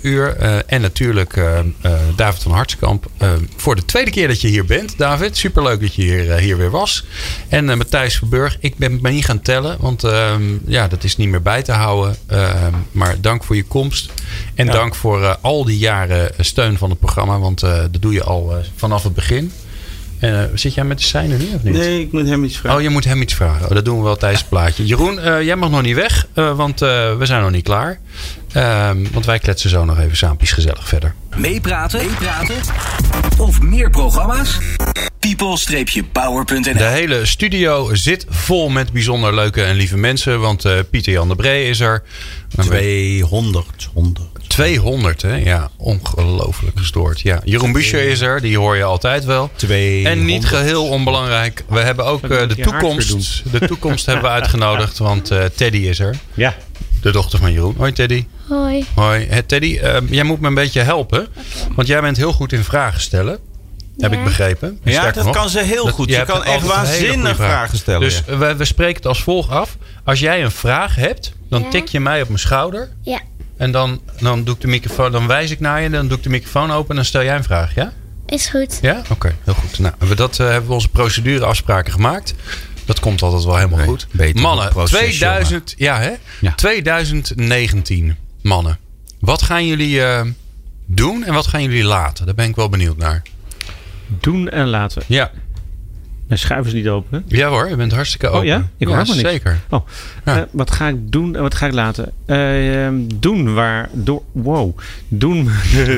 uur. Uh, en natuurlijk uh, uh, David van Hartskamp. Uh, voor de tweede keer dat je hier bent, David. Superleuk dat je hier, uh, hier weer was. En uh, Matthijs Verburg. Ik ben, ben niet gaan tellen. Want uh, ja, dat is niet meer bij te houden. Uh, maar dank voor je komst. En ja. dank voor uh, al die jaren steun van het programma. Want uh, dat doe je al uh, vanaf het begin. Uh, zit jij met de seinen nu of niet? Nee, ik moet hem iets vragen. Oh, je moet hem iets vragen. Oh, dat doen we wel tijdens het plaatje. Jeroen, uh, jij mag nog niet weg. Uh, want uh, we zijn nog niet klaar. Uh, want wij kletsen zo nog even saampjes gezellig verder. Meepraten? Meepraten? Of meer programma's? people power punt n l. De hele studio zit vol met bijzonder leuke en lieve mensen. Want uh, Pieter Jan de Bree is er. tweehonderd. tweehonderd, hè? Ja, ongelooflijk gestoord. Ja. Jeroen Buescher is er, die hoor je altijd wel. tweehonderd. En niet geheel onbelangrijk, we hebben ook uh, de toekomst. De toekomst hebben we uitgenodigd, want uh, Teddy is er. Ja. De dochter van Jeroen. Hoi Teddy. Hoi. Hoi. Hey, Teddy, uh, jij moet me een beetje helpen. Want jij bent heel goed in vragen stellen. Heb ja. ik begrepen. Ja, Sterker dat nog, kan ze heel dat, goed. Ze kan echt waanzinnig vragen. vragen stellen. Dus ja. we, we spreken het als volgt af. Als jij een vraag hebt, dan ja. tik je mij op mijn schouder. Ja. En dan, dan doe ik de microfoon, dan wijs ik naar je, dan doe ik de microfoon open en dan stel jij een vraag, ja? Is goed. Ja? Oké, okay, heel goed. Nou, we dat uh, hebben we onze procedureafspraken gemaakt. Dat komt altijd wel helemaal nee, goed. Mannen, tweeduizend, ja, hè? Ja. twintig negentien. Mannen, wat gaan jullie uh, doen en wat gaan jullie laten? Daar ben ik wel benieuwd naar. Doen en laten. Ja. Mijn schuif is niet open. Hè? Ja hoor, je bent hartstikke open. Oh ja? Ik hoor ja, maar niks. Zeker. Oh. Ja. Uh, wat ga ik doen en wat ga ik laten? Uh, doen waar... Door, wow. Doen...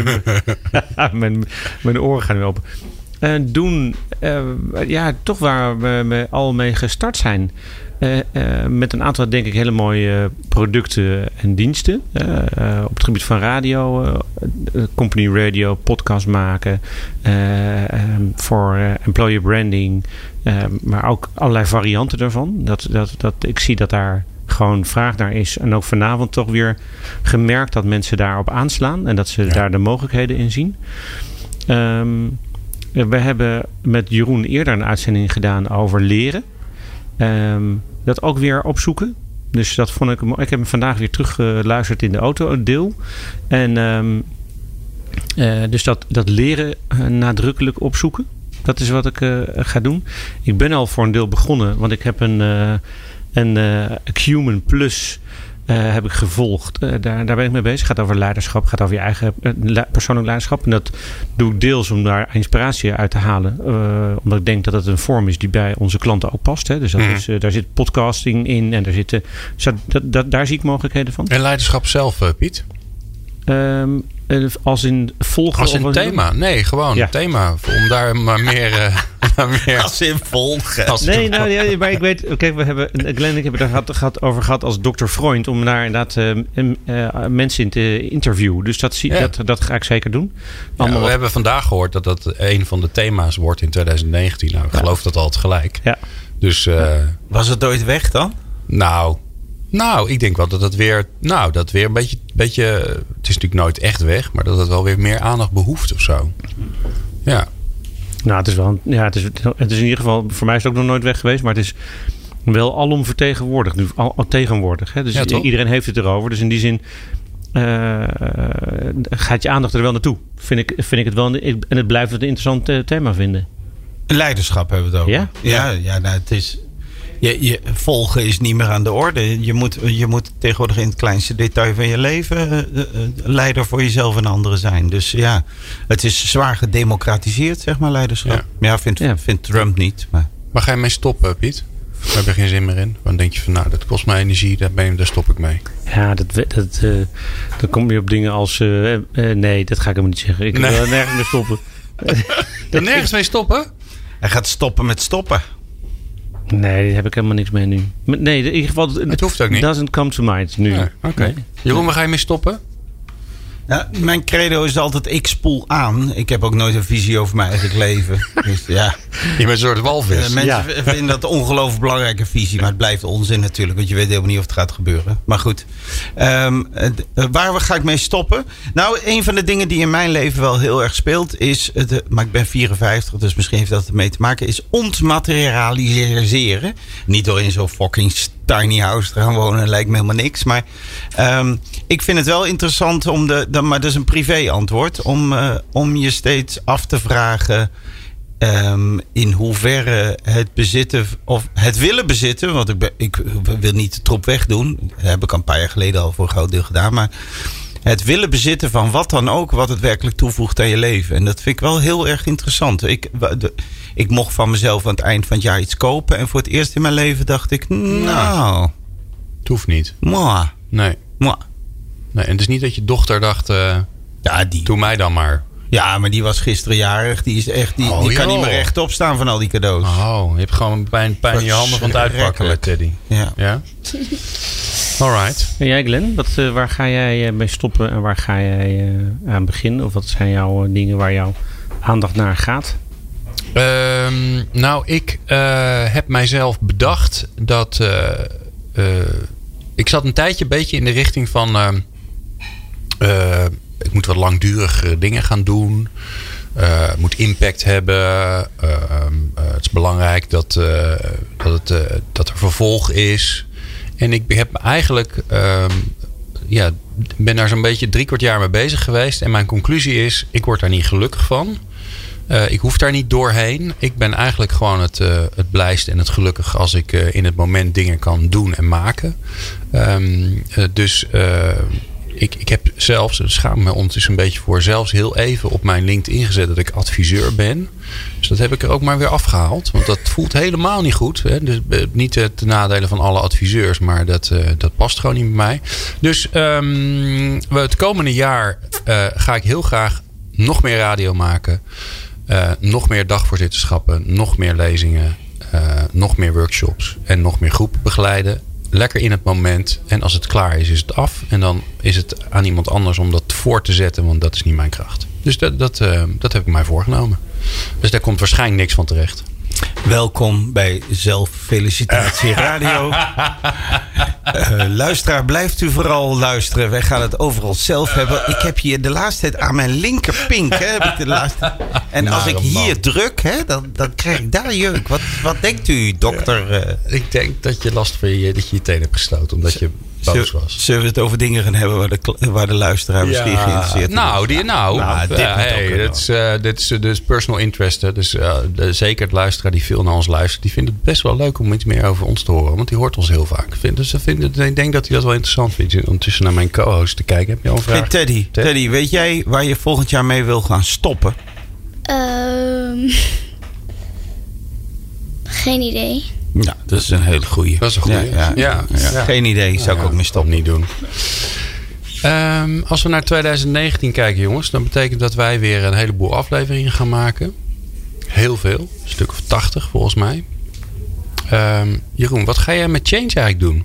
mijn, mijn oren gaan nu open. Uh, doen... Uh, ja, toch waar we, we al mee gestart zijn. Uh, uh, met een aantal, denk ik, hele mooie producten en diensten. Uh, uh, op het gebied van radio, uh, company radio, podcast maken. Uh, um, voor uh, employer branding. Uh, maar ook allerlei varianten daarvan. Dat, dat, dat, ik zie dat daar gewoon vraag naar is. En ook vanavond toch weer gemerkt dat mensen daarop aanslaan. En dat ze ja. daar de mogelijkheden in zien. Um, we hebben met Jeroen eerder een uitzending gedaan over leren. Um, dat ook weer opzoeken. Dus dat vond ik... Ik heb hem vandaag weer teruggeluisterd in de auto, het deel. En um, uh, dus dat, dat leren uh, nadrukkelijk opzoeken. Dat is wat ik uh, ga doen. Ik ben al voor een deel begonnen. Want ik heb een, uh, een uh, Acumen Plus... Uh, heb ik gevolgd. Uh, daar, daar ben ik mee bezig. Het gaat over leiderschap. Het gaat over je eigen uh, persoonlijk leiderschap. En dat doe ik deels om daar inspiratie uit te halen. Uh, omdat ik denk dat het een vorm is die bij onze klanten ook past. Hè. Dus dat mm. is, uh, daar zit podcasting in. En daar zitten, dat, dat, daar zie ik mogelijkheden van. En leiderschap zelf, uh, Piet? Um, als in volgen? Als in thema? Nee, gewoon ja. thema. Om daar maar meer... Uh, maar meer als in volgen. Als nee, nou, ja, maar ik weet... Kijk, we hebben... Glenn en ik hebben het daar gehad, over gehad als dokter Freund. Om daar inderdaad uh, uh, mensen in te interviewen. Dus dat, zie, ja. dat, dat ga ik zeker doen. Ja, we wat... hebben vandaag gehoord dat dat een van de thema's wordt in twintig negentien. Nou, ik ja. geloof dat altijd gelijk. Ja. Dus... Uh, Was het ooit weg dan? Nou... Nou, ik denk wel dat het weer, nou, dat weer een beetje, beetje, het is natuurlijk nooit echt weg, maar dat het wel weer meer aandacht behoeft of zo. Ja. Nou, het is wel, ja, het is, het is in ieder geval, voor mij is het ook nog nooit weg geweest, maar het is wel alom vertegenwoordigd, nu al, al tegenwoordig. Hè? Dus ja, iedereen heeft het erover. Dus in die zin uh, gaat je aandacht er wel naartoe. Vind ik, vind ik het wel, en het blijft het een interessant uh, thema vinden. Leiderschap hebben we het over. Ja, ja, ja nou, het is. Je, je, volgen is niet meer aan de orde. Je moet, je moet tegenwoordig in het kleinste detail van je leven uh, uh, leider voor jezelf en anderen zijn. Dus ja, het is zwaar gedemocratiseerd, zeg maar, leiderschap. Ja, ja vindt ja. vind Trump niet. Maar. Waar ga je mee stoppen, Piet? Daar heb je geen zin meer in. Dan denk je van, nou, dat kost mij energie, daar, ben je, daar stop ik mee. Ja, dat, dat, uh, dan kom je op dingen als... Uh, uh, nee, dat ga ik hem niet zeggen. Ik nee. wil nergens mee stoppen. Er nergens mee stoppen? Hij gaat stoppen met stoppen. Nee, daar heb ik helemaal niks mee nu. Nee, in ieder geval... Het hoeft ook niet. Doesn't come to mind nu. Ja, Oké. Okay. Nee. Jeroen, waar ga je mee stoppen? Nou, mijn credo is altijd, ik spoel aan. Ik heb ook nooit een visie over mijn eigen leven. Dus, ja. Je bent een soort walvis. Uh, mensen ja. vinden dat een ongelooflijk belangrijke visie. Maar het blijft onzin natuurlijk. Want je weet helemaal niet of het gaat gebeuren. Maar goed. Um, uh, waar ga ik mee stoppen? Nou, een van de dingen die in mijn leven wel heel erg speelt is... Het, maar ik ben vierenvijftig, dus misschien heeft dat ermee te maken... is ontmaterialiseren. Niet door in zo'n fucking... tiny house te gaan wonen lijkt me helemaal niks. Maar um, ik vind het wel interessant om de, de maar dat is een privé antwoord, om, uh, om je steeds af te vragen um, in hoeverre het bezitten of het willen bezitten, want ik, ben, ik wil niet de troep wegdoen, dat heb ik al een paar jaar geleden al voor een groot deel gedaan, maar het willen bezitten van wat dan ook, wat het werkelijk toevoegt aan je leven. En dat vind ik wel heel erg interessant. Ik, de, ik mocht van mezelf aan het eind van het jaar iets kopen. En voor het eerst in mijn leven dacht ik, nou... Het hoeft niet. Moi. Nee. Moi. Nee. En het is niet dat je dochter dacht, uh, ja, die, doe mij dan maar. Ja, maar die was gisteren jarig. Die, is echt, die, oh, die kan niet meer rechtop staan van al die cadeaus. Oh, je hebt gewoon pijn, pijn in je handen van het uitpakken met Teddy. Ja. Ja? Alright. En jij Glenn, wat, uh, waar ga jij uh, mee stoppen en waar ga jij uh, aan beginnen? Of wat zijn jouw uh, dingen waar jouw aandacht naar gaat? Um, nou, ik uh, heb mijzelf bedacht dat... Uh, uh, ik zat een tijdje een beetje in de richting van... Uh, uh, ik moet wat langdurigere dingen gaan doen. Uh, het moet impact hebben. Uh, uh, het is belangrijk dat, uh, dat, het, uh, dat er vervolg is. En ik heb eigenlijk... Uh, ja, ben daar zo'n beetje drie kwart jaar mee bezig geweest. En mijn conclusie is... ik word daar niet gelukkig van. Uh, ik hoef daar niet doorheen. Ik ben eigenlijk gewoon het, uh, het blijst en het gelukkig... als ik uh, in het moment dingen kan doen en maken. Um, uh, dus... Uh, Ik, ik heb zelfs, daar schaam ik me ondertussen een beetje voor... zelfs heel even op mijn LinkedIn gezet dat ik adviseur ben. Dus dat heb ik er ook maar weer afgehaald. Want dat voelt helemaal niet goed. Hè? Dus, niet ten nadele van alle adviseurs... maar dat, uh, dat past gewoon niet bij mij. Dus um, het komende jaar uh, ga ik heel graag nog meer radio maken. Uh, nog meer dagvoorzitterschappen. Nog meer lezingen. Uh, nog meer workshops. En nog meer groepen begeleiden. Lekker in het moment. En als het klaar is, is het af. En dan is het aan iemand anders om dat voor te zetten. Want dat is niet mijn kracht. Dus dat, dat, uh, dat heb ik mij voorgenomen. Dus daar komt waarschijnlijk niks van terecht. Welkom bij Zelffelicitatie Radio. uh, luisteraar, blijft u vooral luisteren. Wij gaan het over onszelf hebben. Ik heb hier de laatste tijd aan mijn linkerpink. Hè, heb ik de laatste... En als ik hier druk, hè, dan, dan krijg ik daar jeuk. Wat, wat denkt u, dokter? Uh... Ik denk dat je last van je, dat je je teen hebt gestoten. Omdat je boos was. Zullen we het over dingen gaan hebben waar de, waar de luisteraar misschien ja, geïnteresseerd is? Nou, die, nou, nou dit, uh, hey, dit, is, uh, dit is dus personal interest. Hè. Dus uh, de, zeker het luisteraar die veel naar ons luistert, die vindt het best wel leuk om iets meer over ons te horen. Want die hoort ons heel vaak. Dus vind, ik denk dat hij dat wel interessant vindt. Ondertussen naar mijn co-host te kijken. Heb je al een vraag? Hey Teddy, Ted? Teddy, weet jij waar je volgend jaar mee wil gaan stoppen? Um, geen idee. Ja, dat is een hele goeie. Dat is een goeie. Ja, ja, ja, ja. ja. Geen idee, zou ja, ik ook mee stoppen. Niet doen. Um, als we naar twintig negentien kijken, jongens, dan betekent dat wij weer een heleboel afleveringen gaan maken. Heel veel. Een stuk of tachtig volgens mij. Um, Jeroen, wat ga jij met Change eigenlijk doen?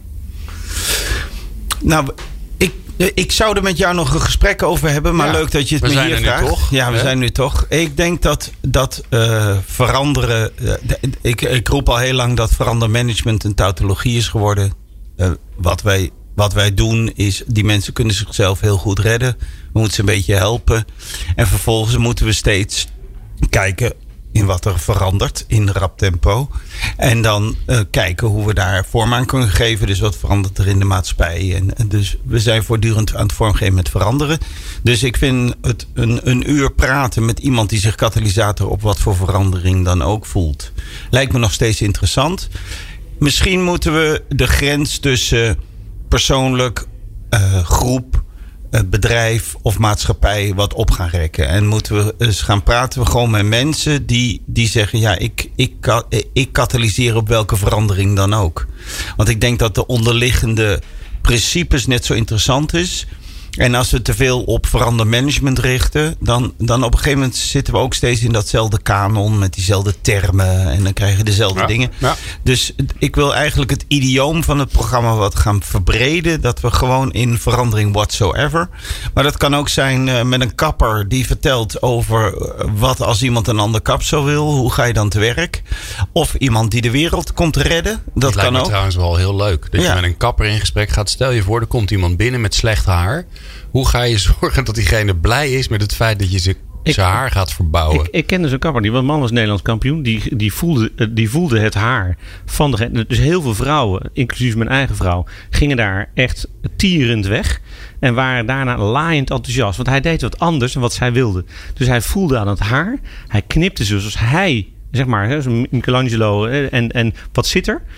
Nou, ik, ik zou er met jou nog een gesprek over hebben. Maar ja, leuk dat je het me hier vraagt. Toch, ja, we hè? zijn nu toch. Ik denk dat, dat uh, veranderen... Uh, ik, ik roep al heel lang dat verandermanagement een tautologie is geworden. Uh, wat wij... Wat wij doen is, die mensen kunnen zichzelf heel goed redden. We moeten ze een beetje helpen. En vervolgens moeten we steeds kijken in wat er verandert in rap tempo. En dan uh, kijken hoe we daar vorm aan kunnen geven. Dus wat verandert er in de maatschappij. En, en dus we zijn voortdurend aan het vormgeven met veranderen. Dus ik vind het een, een uur praten met iemand die zich katalysator op wat voor verandering dan ook voelt. Lijkt me nog steeds interessant. Misschien moeten we de grens tussen persoonlijk, uh, groep, uh, bedrijf of maatschappij wat op gaan rekken. En moeten we eens gaan praten we gewoon met mensen die, die zeggen, ja, ik, ik, ik katalyseer op welke verandering dan ook. Want ik denk dat de onderliggende principes net zo interessant is. En als we te veel op verandermanagement richten, dan, dan op een gegeven moment zitten we ook steeds in datzelfde kanon met diezelfde termen en dan krijg je dezelfde ja, dingen. Ja. Dus ik wil eigenlijk het idioom van het programma wat gaan verbreden, dat we gewoon in verandering whatsoever. Maar dat kan ook zijn uh, met een kapper die vertelt over wat als iemand een ander kapsel wil, hoe ga je dan te werk? Of iemand die de wereld komt redden. Dat, dat kan lijkt me ook. Trouwens wel heel leuk. Dat ja. je met een kapper in gesprek gaat. Stel je voor, er komt iemand binnen met slecht haar. Hoe ga je zorgen dat diegene blij is met het feit dat je ze Ik- zijn haar gaat verbouwen. Ik, ik kende zo'n kapper. Die man was Nederlands kampioen. Die, die, voelde, eh, die voelde het haar van degene. Dus heel veel vrouwen, inclusief mijn eigen vrouw, gingen daar echt tierend weg. En waren daarna laaiend enthousiast. Want hij deed wat anders dan wat zij wilde. Dus hij voelde aan het haar. Hij knipte ze zoals hij, zeg maar, hè, zo'n Michelangelo. hè, En, en wat zit er?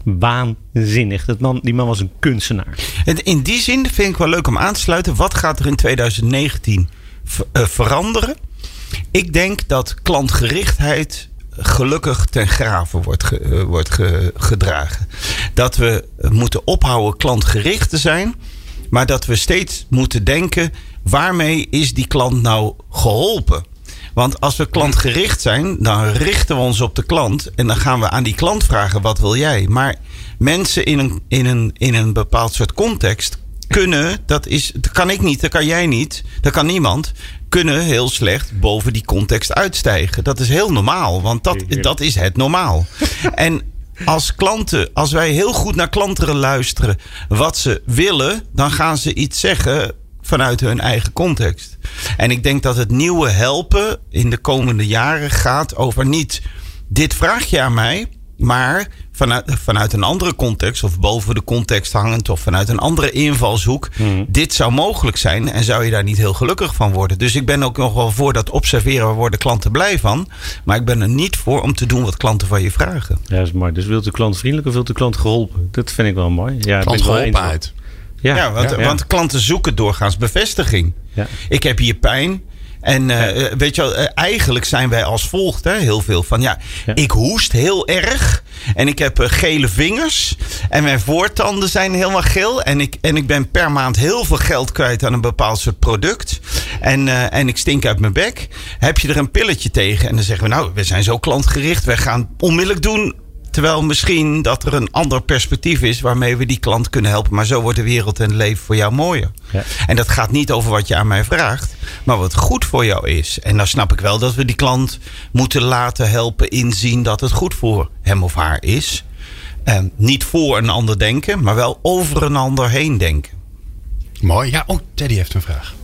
Waanzinnig. Dat man, die man was een kunstenaar. En in die zin vind ik wel leuk om aan te sluiten. Wat gaat er in twintig negentien v- uh, veranderen? Ik denk dat klantgerichtheid gelukkig ten grave wordt, ge- uh, wordt ge- gedragen. Dat we moeten ophouden klantgericht te zijn. Maar dat we steeds moeten denken, waarmee is die klant nou geholpen? Want als we klantgericht zijn, dan richten we ons op de klant. En dan gaan we aan die klant vragen, wat wil jij? Maar mensen in een, in een, in een bepaald soort context kunnen, dat, is, dat kan ik niet, dat kan jij niet, dat kan niemand, kunnen heel slecht boven die context uitstijgen. Dat is heel normaal, want dat, dat is het normaal. En als klanten, als wij heel goed naar klanten luisteren wat ze willen, dan gaan ze iets zeggen vanuit hun eigen context. En ik denk dat het nieuwe helpen in de komende jaren gaat over niet dit vraag je aan mij, maar vanuit, vanuit een andere context of boven de context hangend of vanuit een andere invalshoek. Mm. Dit zou mogelijk zijn en zou je daar niet heel gelukkig van worden. Dus ik ben ook nog wel voor dat observeren, waar worden klanten blij van. Maar ik ben er niet voor om te doen wat klanten van je vragen. Ja, dat is mooi. Dus wilt de klant vriendelijk of wilt de klant geholpen? Dat vind ik wel mooi. Ja, Klant geholpenheid. Ja, ja, want, ja, ja. want klanten zoeken doorgaans bevestiging. Ja. Ik Ik heb hier pijn. En uh, ja. weet je wel, uh, eigenlijk zijn wij als volgt, hè, heel veel van ja, ja, ik hoest heel erg en ik heb uh, gele vingers en mijn voortanden zijn helemaal geel en ik, en ik ben per maand heel veel geld kwijt aan een bepaald soort product en, uh, en ik stink uit mijn bek. Heb je er een pilletje tegen? En dan zeggen we nou, we zijn zo klantgericht, we gaan onmiddellijk doen. Terwijl misschien dat er een ander perspectief is waarmee we die klant kunnen helpen. Maar zo wordt de wereld en het leven voor jou mooier. Ja. En dat gaat niet over wat je aan mij vraagt, maar wat goed voor jou is. En dan snap ik wel dat we die klant moeten laten helpen inzien dat het goed voor hem of haar is. En niet voor een ander denken, maar wel over een ander heen denken. Mooi. Ja, oh, Teddy heeft een vraag.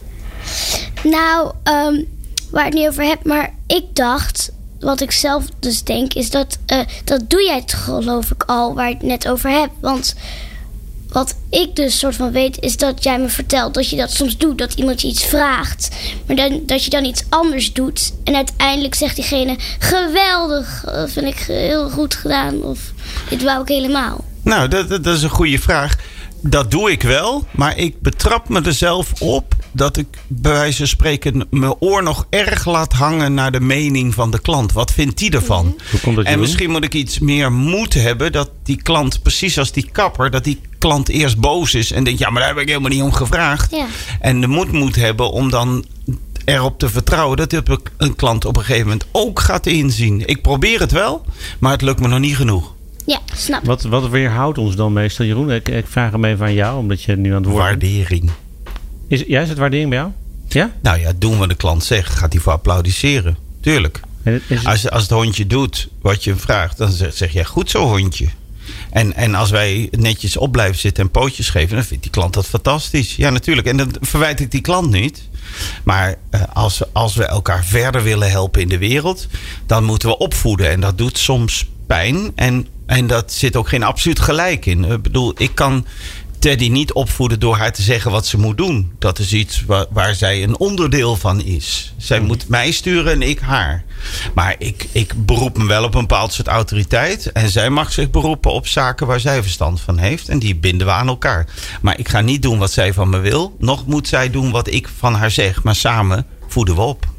Nou, um, waar ik het niet over heb, maar ik dacht, wat ik zelf dus denk, is dat, uh, dat doe jij het geloof ik al, waar ik het net over heb. Want wat ik dus soort van weet, is dat jij me vertelt dat je dat soms doet. Dat iemand je iets vraagt, maar dan, dat je dan iets anders doet. En uiteindelijk zegt diegene, geweldig, dat vind ik heel goed gedaan. Of dit wou ik helemaal. Nou, dat, dat is een goede vraag. Dat doe ik wel, maar ik betrap me er zelf op dat ik bij wijze van spreken mijn oor nog erg laat hangen naar de mening van de klant. Wat vindt die ervan? Hoe komt dat je en doen? misschien moet ik iets meer moed hebben dat die klant, precies als die kapper, dat die klant eerst boos is en denkt, ja, maar daar heb ik helemaal niet om gevraagd. Ja. En de moed moet hebben om dan erop te vertrouwen dat een klant op een gegeven moment ook gaat inzien. Ik probeer het wel, maar het lukt me nog niet genoeg. Ja, snap. Wat, wat weerhoudt ons dan meestal, Jeroen? Ik, ik vraag hem even aan jou, omdat je nu aan het woord bent. Waardering. Is, ja, is het waardering bij jou? Ja? Nou ja, doen wat de klant zegt, gaat hij voor applaudisseren. Tuurlijk. En het- is het- Als, als het hondje doet wat je vraagt, dan zeg, zeg jij goed zo hondje. En, en als wij netjes op blijven zitten en pootjes geven, dan vindt die klant dat fantastisch. Ja, natuurlijk. En dan verwijt ik die klant niet. Maar uh, als, we, als we elkaar verder willen helpen in de wereld, dan moeten we opvoeden. En dat doet soms pijn. En, en dat zit ook geen absoluut gelijk in. Ik bedoel, ik kan Teddy niet opvoeden door haar te zeggen wat ze moet doen. Dat is iets waar, waar zij een onderdeel van is. Zij moet mij sturen en ik haar. Maar ik, ik beroep me wel op een bepaald soort autoriteit. En zij mag zich beroepen op zaken waar zij verstand van heeft. En die binden we aan elkaar. Maar ik ga niet doen wat zij van me wil. Nog moet zij doen wat ik van haar zeg. Maar samen voeden we op.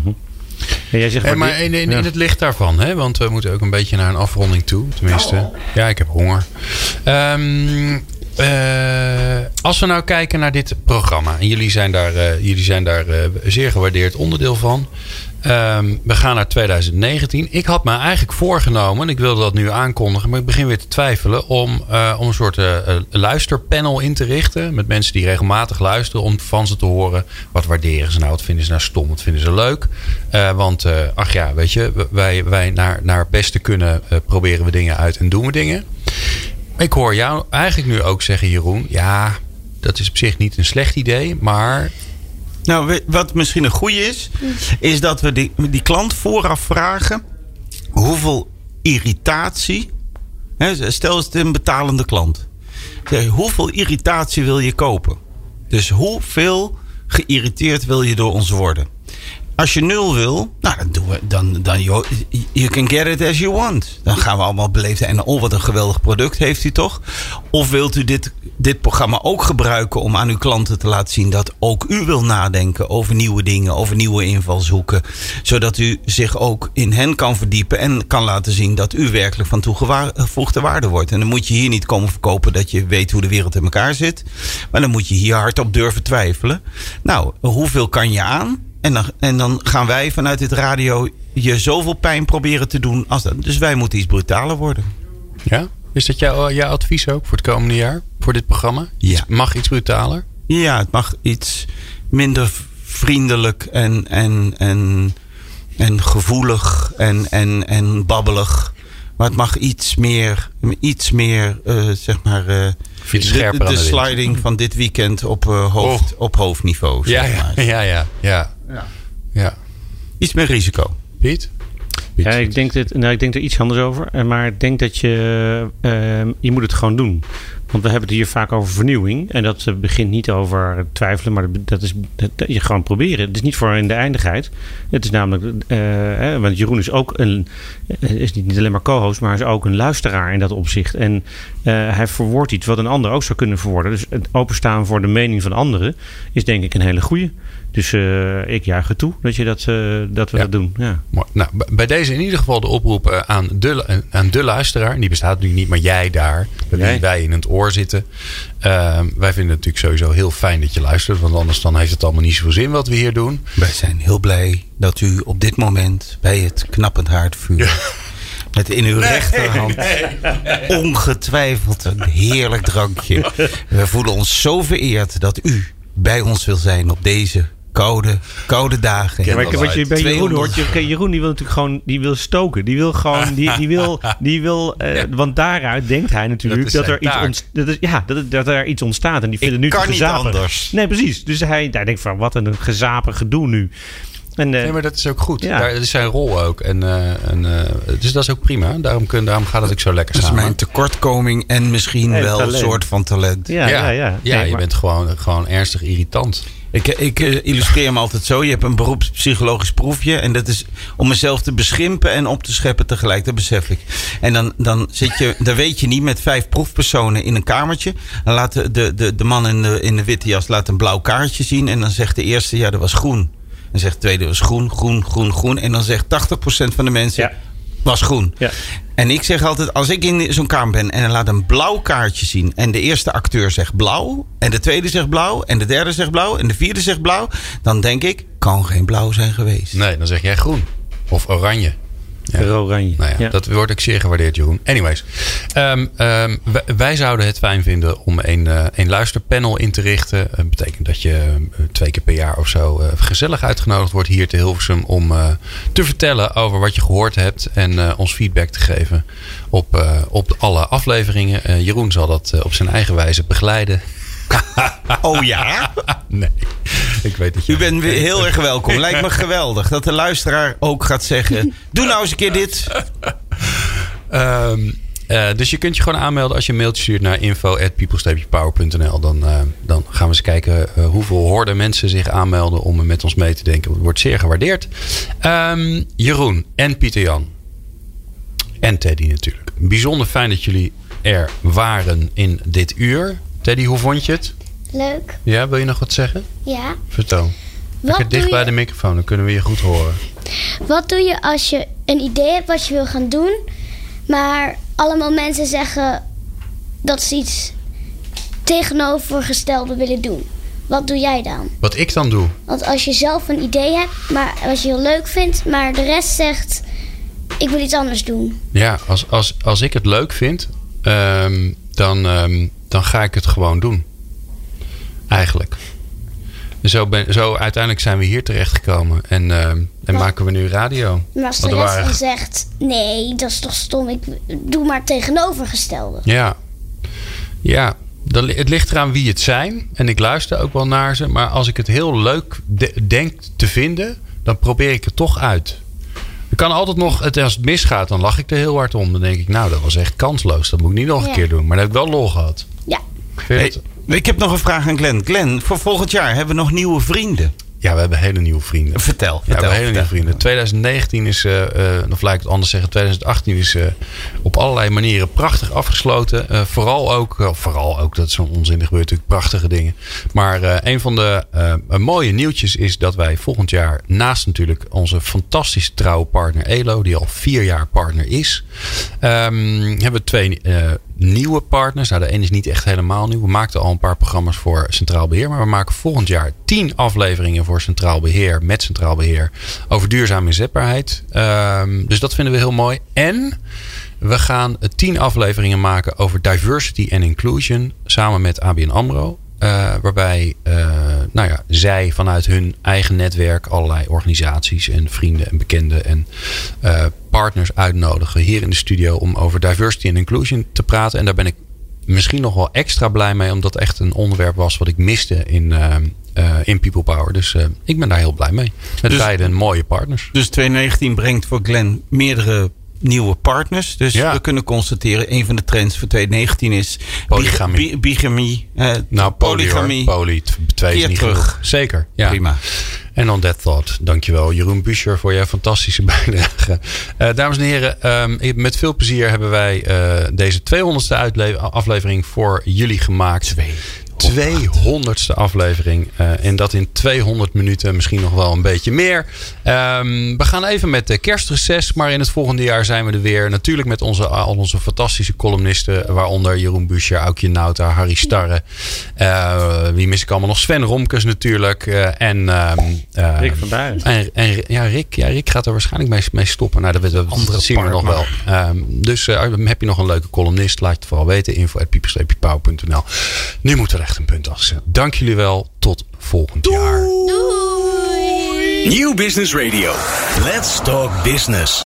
Ja, jij zegt Hey, maar waarde- in, in, ja. in het licht daarvan, hè? Want we moeten ook een beetje naar een afronding toe. Tenminste, ja, ik heb honger. Ehm, eh, als we nou kijken naar dit programma. En jullie zijn daar, eh, jullie zijn daar eh, zeer gewaardeerd onderdeel van. Ehm, we gaan naar twintig negentien. Ik had me eigenlijk voorgenomen, en ik wilde dat nu aankondigen, maar ik begin weer te twijfelen, om, uh, om een soort uh, luisterpanel in te richten. Met mensen die regelmatig luisteren, om van ze te horen, wat waarderen ze nou, wat vinden ze nou stom, wat vinden ze leuk. Uh, want, uh, ach ja, weet je, wij, wij naar, naar het beste kunnen, uh, proberen we dingen uit en doen we dingen. Ik hoor jou eigenlijk nu ook zeggen, Jeroen, ja, dat is op zich niet een slecht idee, maar Nou, wat misschien een goede is, is dat we die, die klant vooraf vragen hoeveel irritatie. Hè, stel het een betalende klant. Zeg, hoeveel irritatie wil je kopen? Dus hoeveel geïrriteerd wil je door ons worden? Als je nul wil, nou, dan doen we, dan, dan you, you can get it as you want. Dan gaan we allemaal beleefd en oh, wat een geweldig product heeft u toch? Of wilt u dit, dit programma ook gebruiken om aan uw klanten te laten zien dat ook u wil nadenken over nieuwe dingen, over nieuwe invalshoeken, zodat u zich ook in hen kan verdiepen en kan laten zien dat u werkelijk van toegevoegde waarde wordt. En dan moet je hier niet komen verkopen dat je weet hoe de wereld in elkaar zit, maar dan moet je hier hardop durven twijfelen. Nou, hoeveel kan je aan? En dan, en dan gaan wij vanuit dit radio je zoveel pijn proberen te doen. Als dat. Dus wij moeten iets brutaler worden. Ja? Is dat jouw, jouw advies ook voor het komende jaar? Voor dit programma? Ja. Het mag iets brutaler? Ja, het mag iets minder vriendelijk en, en, en, en gevoelig en, en, en babbelig. Maar het mag iets meer, iets meer uh, zeg maar... Uh, de, de, de sliding van dit weekend op, uh, hoofd, oh. op hoofdniveau. Ja, zeg maar. ja, ja, ja, ja. Ja. ja. Iets meer risico. Piet? Piet ja, ik denk, dit, nou, ik denk er iets anders over. Maar ik denk dat je... Uh, je moet het gewoon doen. Want we hebben het hier vaak over vernieuwing. En dat begint niet over twijfelen. Maar dat is dat, dat je gewoon proberen. Het is niet voor in de eindigheid. Het is namelijk... Uh, hè, want Jeroen is ook een... is niet alleen maar co-host. Maar is ook een luisteraar in dat opzicht. En uh, hij verwoordt iets wat een ander ook zou kunnen verwoorden. Dus het openstaan voor de mening van anderen... is denk ik een hele goeie. Dus uh, ik juich er toe dat, je dat, uh, dat we ja. dat doen. Ja. Nou, bij deze in ieder geval de oproep aan de, aan de luisteraar. Die bestaat natuurlijk niet, maar jij daar. Bij wij in het oor zitten. Uh, wij vinden het natuurlijk sowieso heel fijn dat je luistert. Want anders dan heeft het allemaal niet zoveel zin wat we hier doen. Wij zijn heel blij dat u op dit moment bij het knappend haardvuur... Ja. Met in uw nee, rechterhand nee, nee. ongetwijfeld een heerlijk drankje. We voelen ons zo vereerd dat u bij ons wil zijn op deze koude, koude dagen. Ja, maar wat je bij Jeroen hoort, je, Jeroen die wil natuurlijk gewoon, die wil stoken. Die wil gewoon, die, die wil, die wil uh, ja. want daaruit denkt hij natuurlijk dat, dat er iets ont, dat is, ja, dat, dat er iets ontstaat en die vinden nu kan gezapen. Niet anders. Nee, precies. Dus hij, hij denkt van wat een gezapen gedoe nu. En, uh, nee, maar dat is ook goed. Ja. Daar, dat is zijn rol ook. En, uh, en, uh, dus dat is ook prima. Daarom, kun, daarom gaat het ook zo lekker samen. Dat is mijn tekortkoming en misschien hey, wel talent. Een soort van talent. Ja, ja, ja, ja. ja nee, je maar... bent gewoon, gewoon ernstig irritant. Ik, ik uh, illustreer hem altijd zo. Je hebt een beroepspsychologisch proefje. En dat is om mezelf te beschimpen en op te scheppen tegelijk. Dat besef ik. En dan, dan, zit je, dan weet je niet met vijf proefpersonen in een kamertje. Dan laat de, de, de, de man in de, in de witte jas laat een blauw kaartje zien. En dan zegt de eerste, ja, dat was groen. En zegt de tweede was groen, groen, groen, groen. En dan zegt tachtig procent van de mensen ja. was groen. Ja. En ik zeg altijd, als ik in zo'n kamer ben en dan laat een blauw kaartje zien. En de eerste acteur zegt blauw. En de tweede zegt blauw. En de derde zegt blauw. En de vierde zegt blauw. Dan denk ik, kan geen blauw zijn geweest. Nee, dan zeg jij groen. Of oranje. Ja. Oranje. Nou ja, ja. Dat wordt ook zeer gewaardeerd, Jeroen. Anyways. Um, um, wij, wij zouden het fijn vinden om een, uh, een luisterpanel in te richten. Dat betekent dat je uh, twee keer per jaar of zo uh, gezellig uitgenodigd wordt hier te Hilversum. Om uh, te vertellen over wat je gehoord hebt. En uh, ons feedback te geven op, uh, op alle afleveringen. Uh, Jeroen zal dat uh, op zijn eigen wijze begeleiden. Oh ja? Nee. Ik weet dat je... U bent weer heel erg welkom. Lijkt me geweldig dat de luisteraar ook gaat zeggen... Doe nou eens een keer dit. Um, uh, dus je kunt je gewoon aanmelden als je een mailtje stuurt naar info at people power punt n l. Dan, uh, dan gaan we eens kijken uh, hoeveel horden mensen zich aanmelden om met ons mee te denken. Het wordt zeer gewaardeerd. Um, Jeroen en Pieter Jan. En Teddy natuurlijk. Bijzonder fijn dat jullie er waren in dit uur. Teddy, hoe vond je het? Leuk. Ja, wil je nog wat zeggen? Ja. Vertel. Lekker dicht bij de microfoon, dan kunnen we je goed horen. Wat doe je als je een idee hebt wat je wil gaan doen, maar allemaal mensen zeggen dat ze iets tegenovergestelde willen doen? Wat doe jij dan? Wat ik dan doe? Want als je zelf een idee hebt, maar wat je heel leuk vindt, maar de rest zegt, ik wil iets anders doen. Ja, als, als, als ik het leuk vind, um, dan, um, dan ga ik het gewoon doen. Eigenlijk. Zo, ben, zo uiteindelijk zijn we hier terechtgekomen. En, uh, en maken we nu radio. Maar als de rest waren... dan zegt, nee, dat is toch stom. Ik doe maar het tegenovergestelde. Ja. Ja. dan, het ligt eraan wie het zijn. En ik luister ook wel naar ze. Maar als ik het heel leuk de, denk te vinden, dan probeer ik het toch uit. Er kan altijd nog, als het misgaat, dan lach ik er heel hard om. Dan denk ik, nou, dat was echt kansloos. Dat moet ik niet nog een Ja. keer doen. Maar dan heb ik wel lol gehad. Ja. Vind je Hey, dat- ik heb nog een vraag aan Glenn. Glenn, voor volgend jaar hebben we nog nieuwe vrienden. Ja, we hebben hele nieuwe vrienden. Vertel. Ja, we vertel, hebben hele nieuwe vertel. vrienden. twintig negentien is, uh, uh, of laat ik het anders zeggen, twintig achttien is uh, op allerlei manieren prachtig afgesloten. Uh, vooral ook, uh, vooral ook, dat is zo'n onzinnig gebeurt natuurlijk, prachtige dingen. Maar uh, een van de uh, mooie nieuwtjes is dat wij volgend jaar, naast natuurlijk onze fantastische trouwe partner Elo, die al vier jaar partner is, um, hebben we twee uh, nieuwe partners. Nou, de een is niet echt helemaal nieuw. We maakten al een paar programma's voor Centraal Beheer. Maar we maken volgend jaar tien afleveringen voor Centraal Beheer. Met Centraal Beheer. Over duurzame inzetbaarheid. Um, dus dat vinden we heel mooi. En we gaan tien afleveringen maken over diversity en inclusion. Samen met A B N AMRO. Uh, waarbij uh, nou ja, zij vanuit hun eigen netwerk allerlei organisaties en vrienden en bekenden en uh, partners uitnodigen hier in de studio om over diversity en inclusion te praten. En daar ben ik misschien nog wel extra blij mee, omdat het echt een onderwerp was wat ik miste in, uh, uh, in People Power. Dus uh, ik ben daar heel blij mee. Met Dus- beide mooie partners. Dus twintig negentien brengt voor Glenn meerdere nieuwe partners. Dus Ja. we kunnen constateren, een van de trends voor twintig negentien is Polygamie. bi- bigamie. eh, Nou, poly, polygamie. hoor. Poly, t- twee is Keer niet terug. genoeg. Zeker, ja. Prima. En on that thought, dankjewel Jeroen Buescher voor jouw fantastische bijdrage. Uh, dames en heren, um, met veel plezier hebben wij uh, deze tweehonderdste uitle- aflevering voor jullie gemaakt. tweehonderdste aflevering. Uh, en dat in tweehonderd minuten, misschien nog wel een beetje meer. Um, we gaan even met de kerstreces. Maar in het volgende jaar zijn we er weer. Natuurlijk met onze, al onze fantastische columnisten. Waaronder Jeroen Buescher, Aukje Nauta, Harry Starre. Uh, wie mis ik allemaal nog? Sven Romkes natuurlijk. Uh, en um, uh, Rick van Duin. En, en ja, Rick, ja, Rick gaat er waarschijnlijk mee, mee stoppen. Nou, dat, dat, dat zien we nog wel. Um, dus uh, heb je nog een leuke columnist? Laat het vooral weten. info at people power punt n l. Nu moet er echt een punt achter zijn. Dank jullie wel. Tot volgend jaar. Nieuw Business Radio. Let's talk business.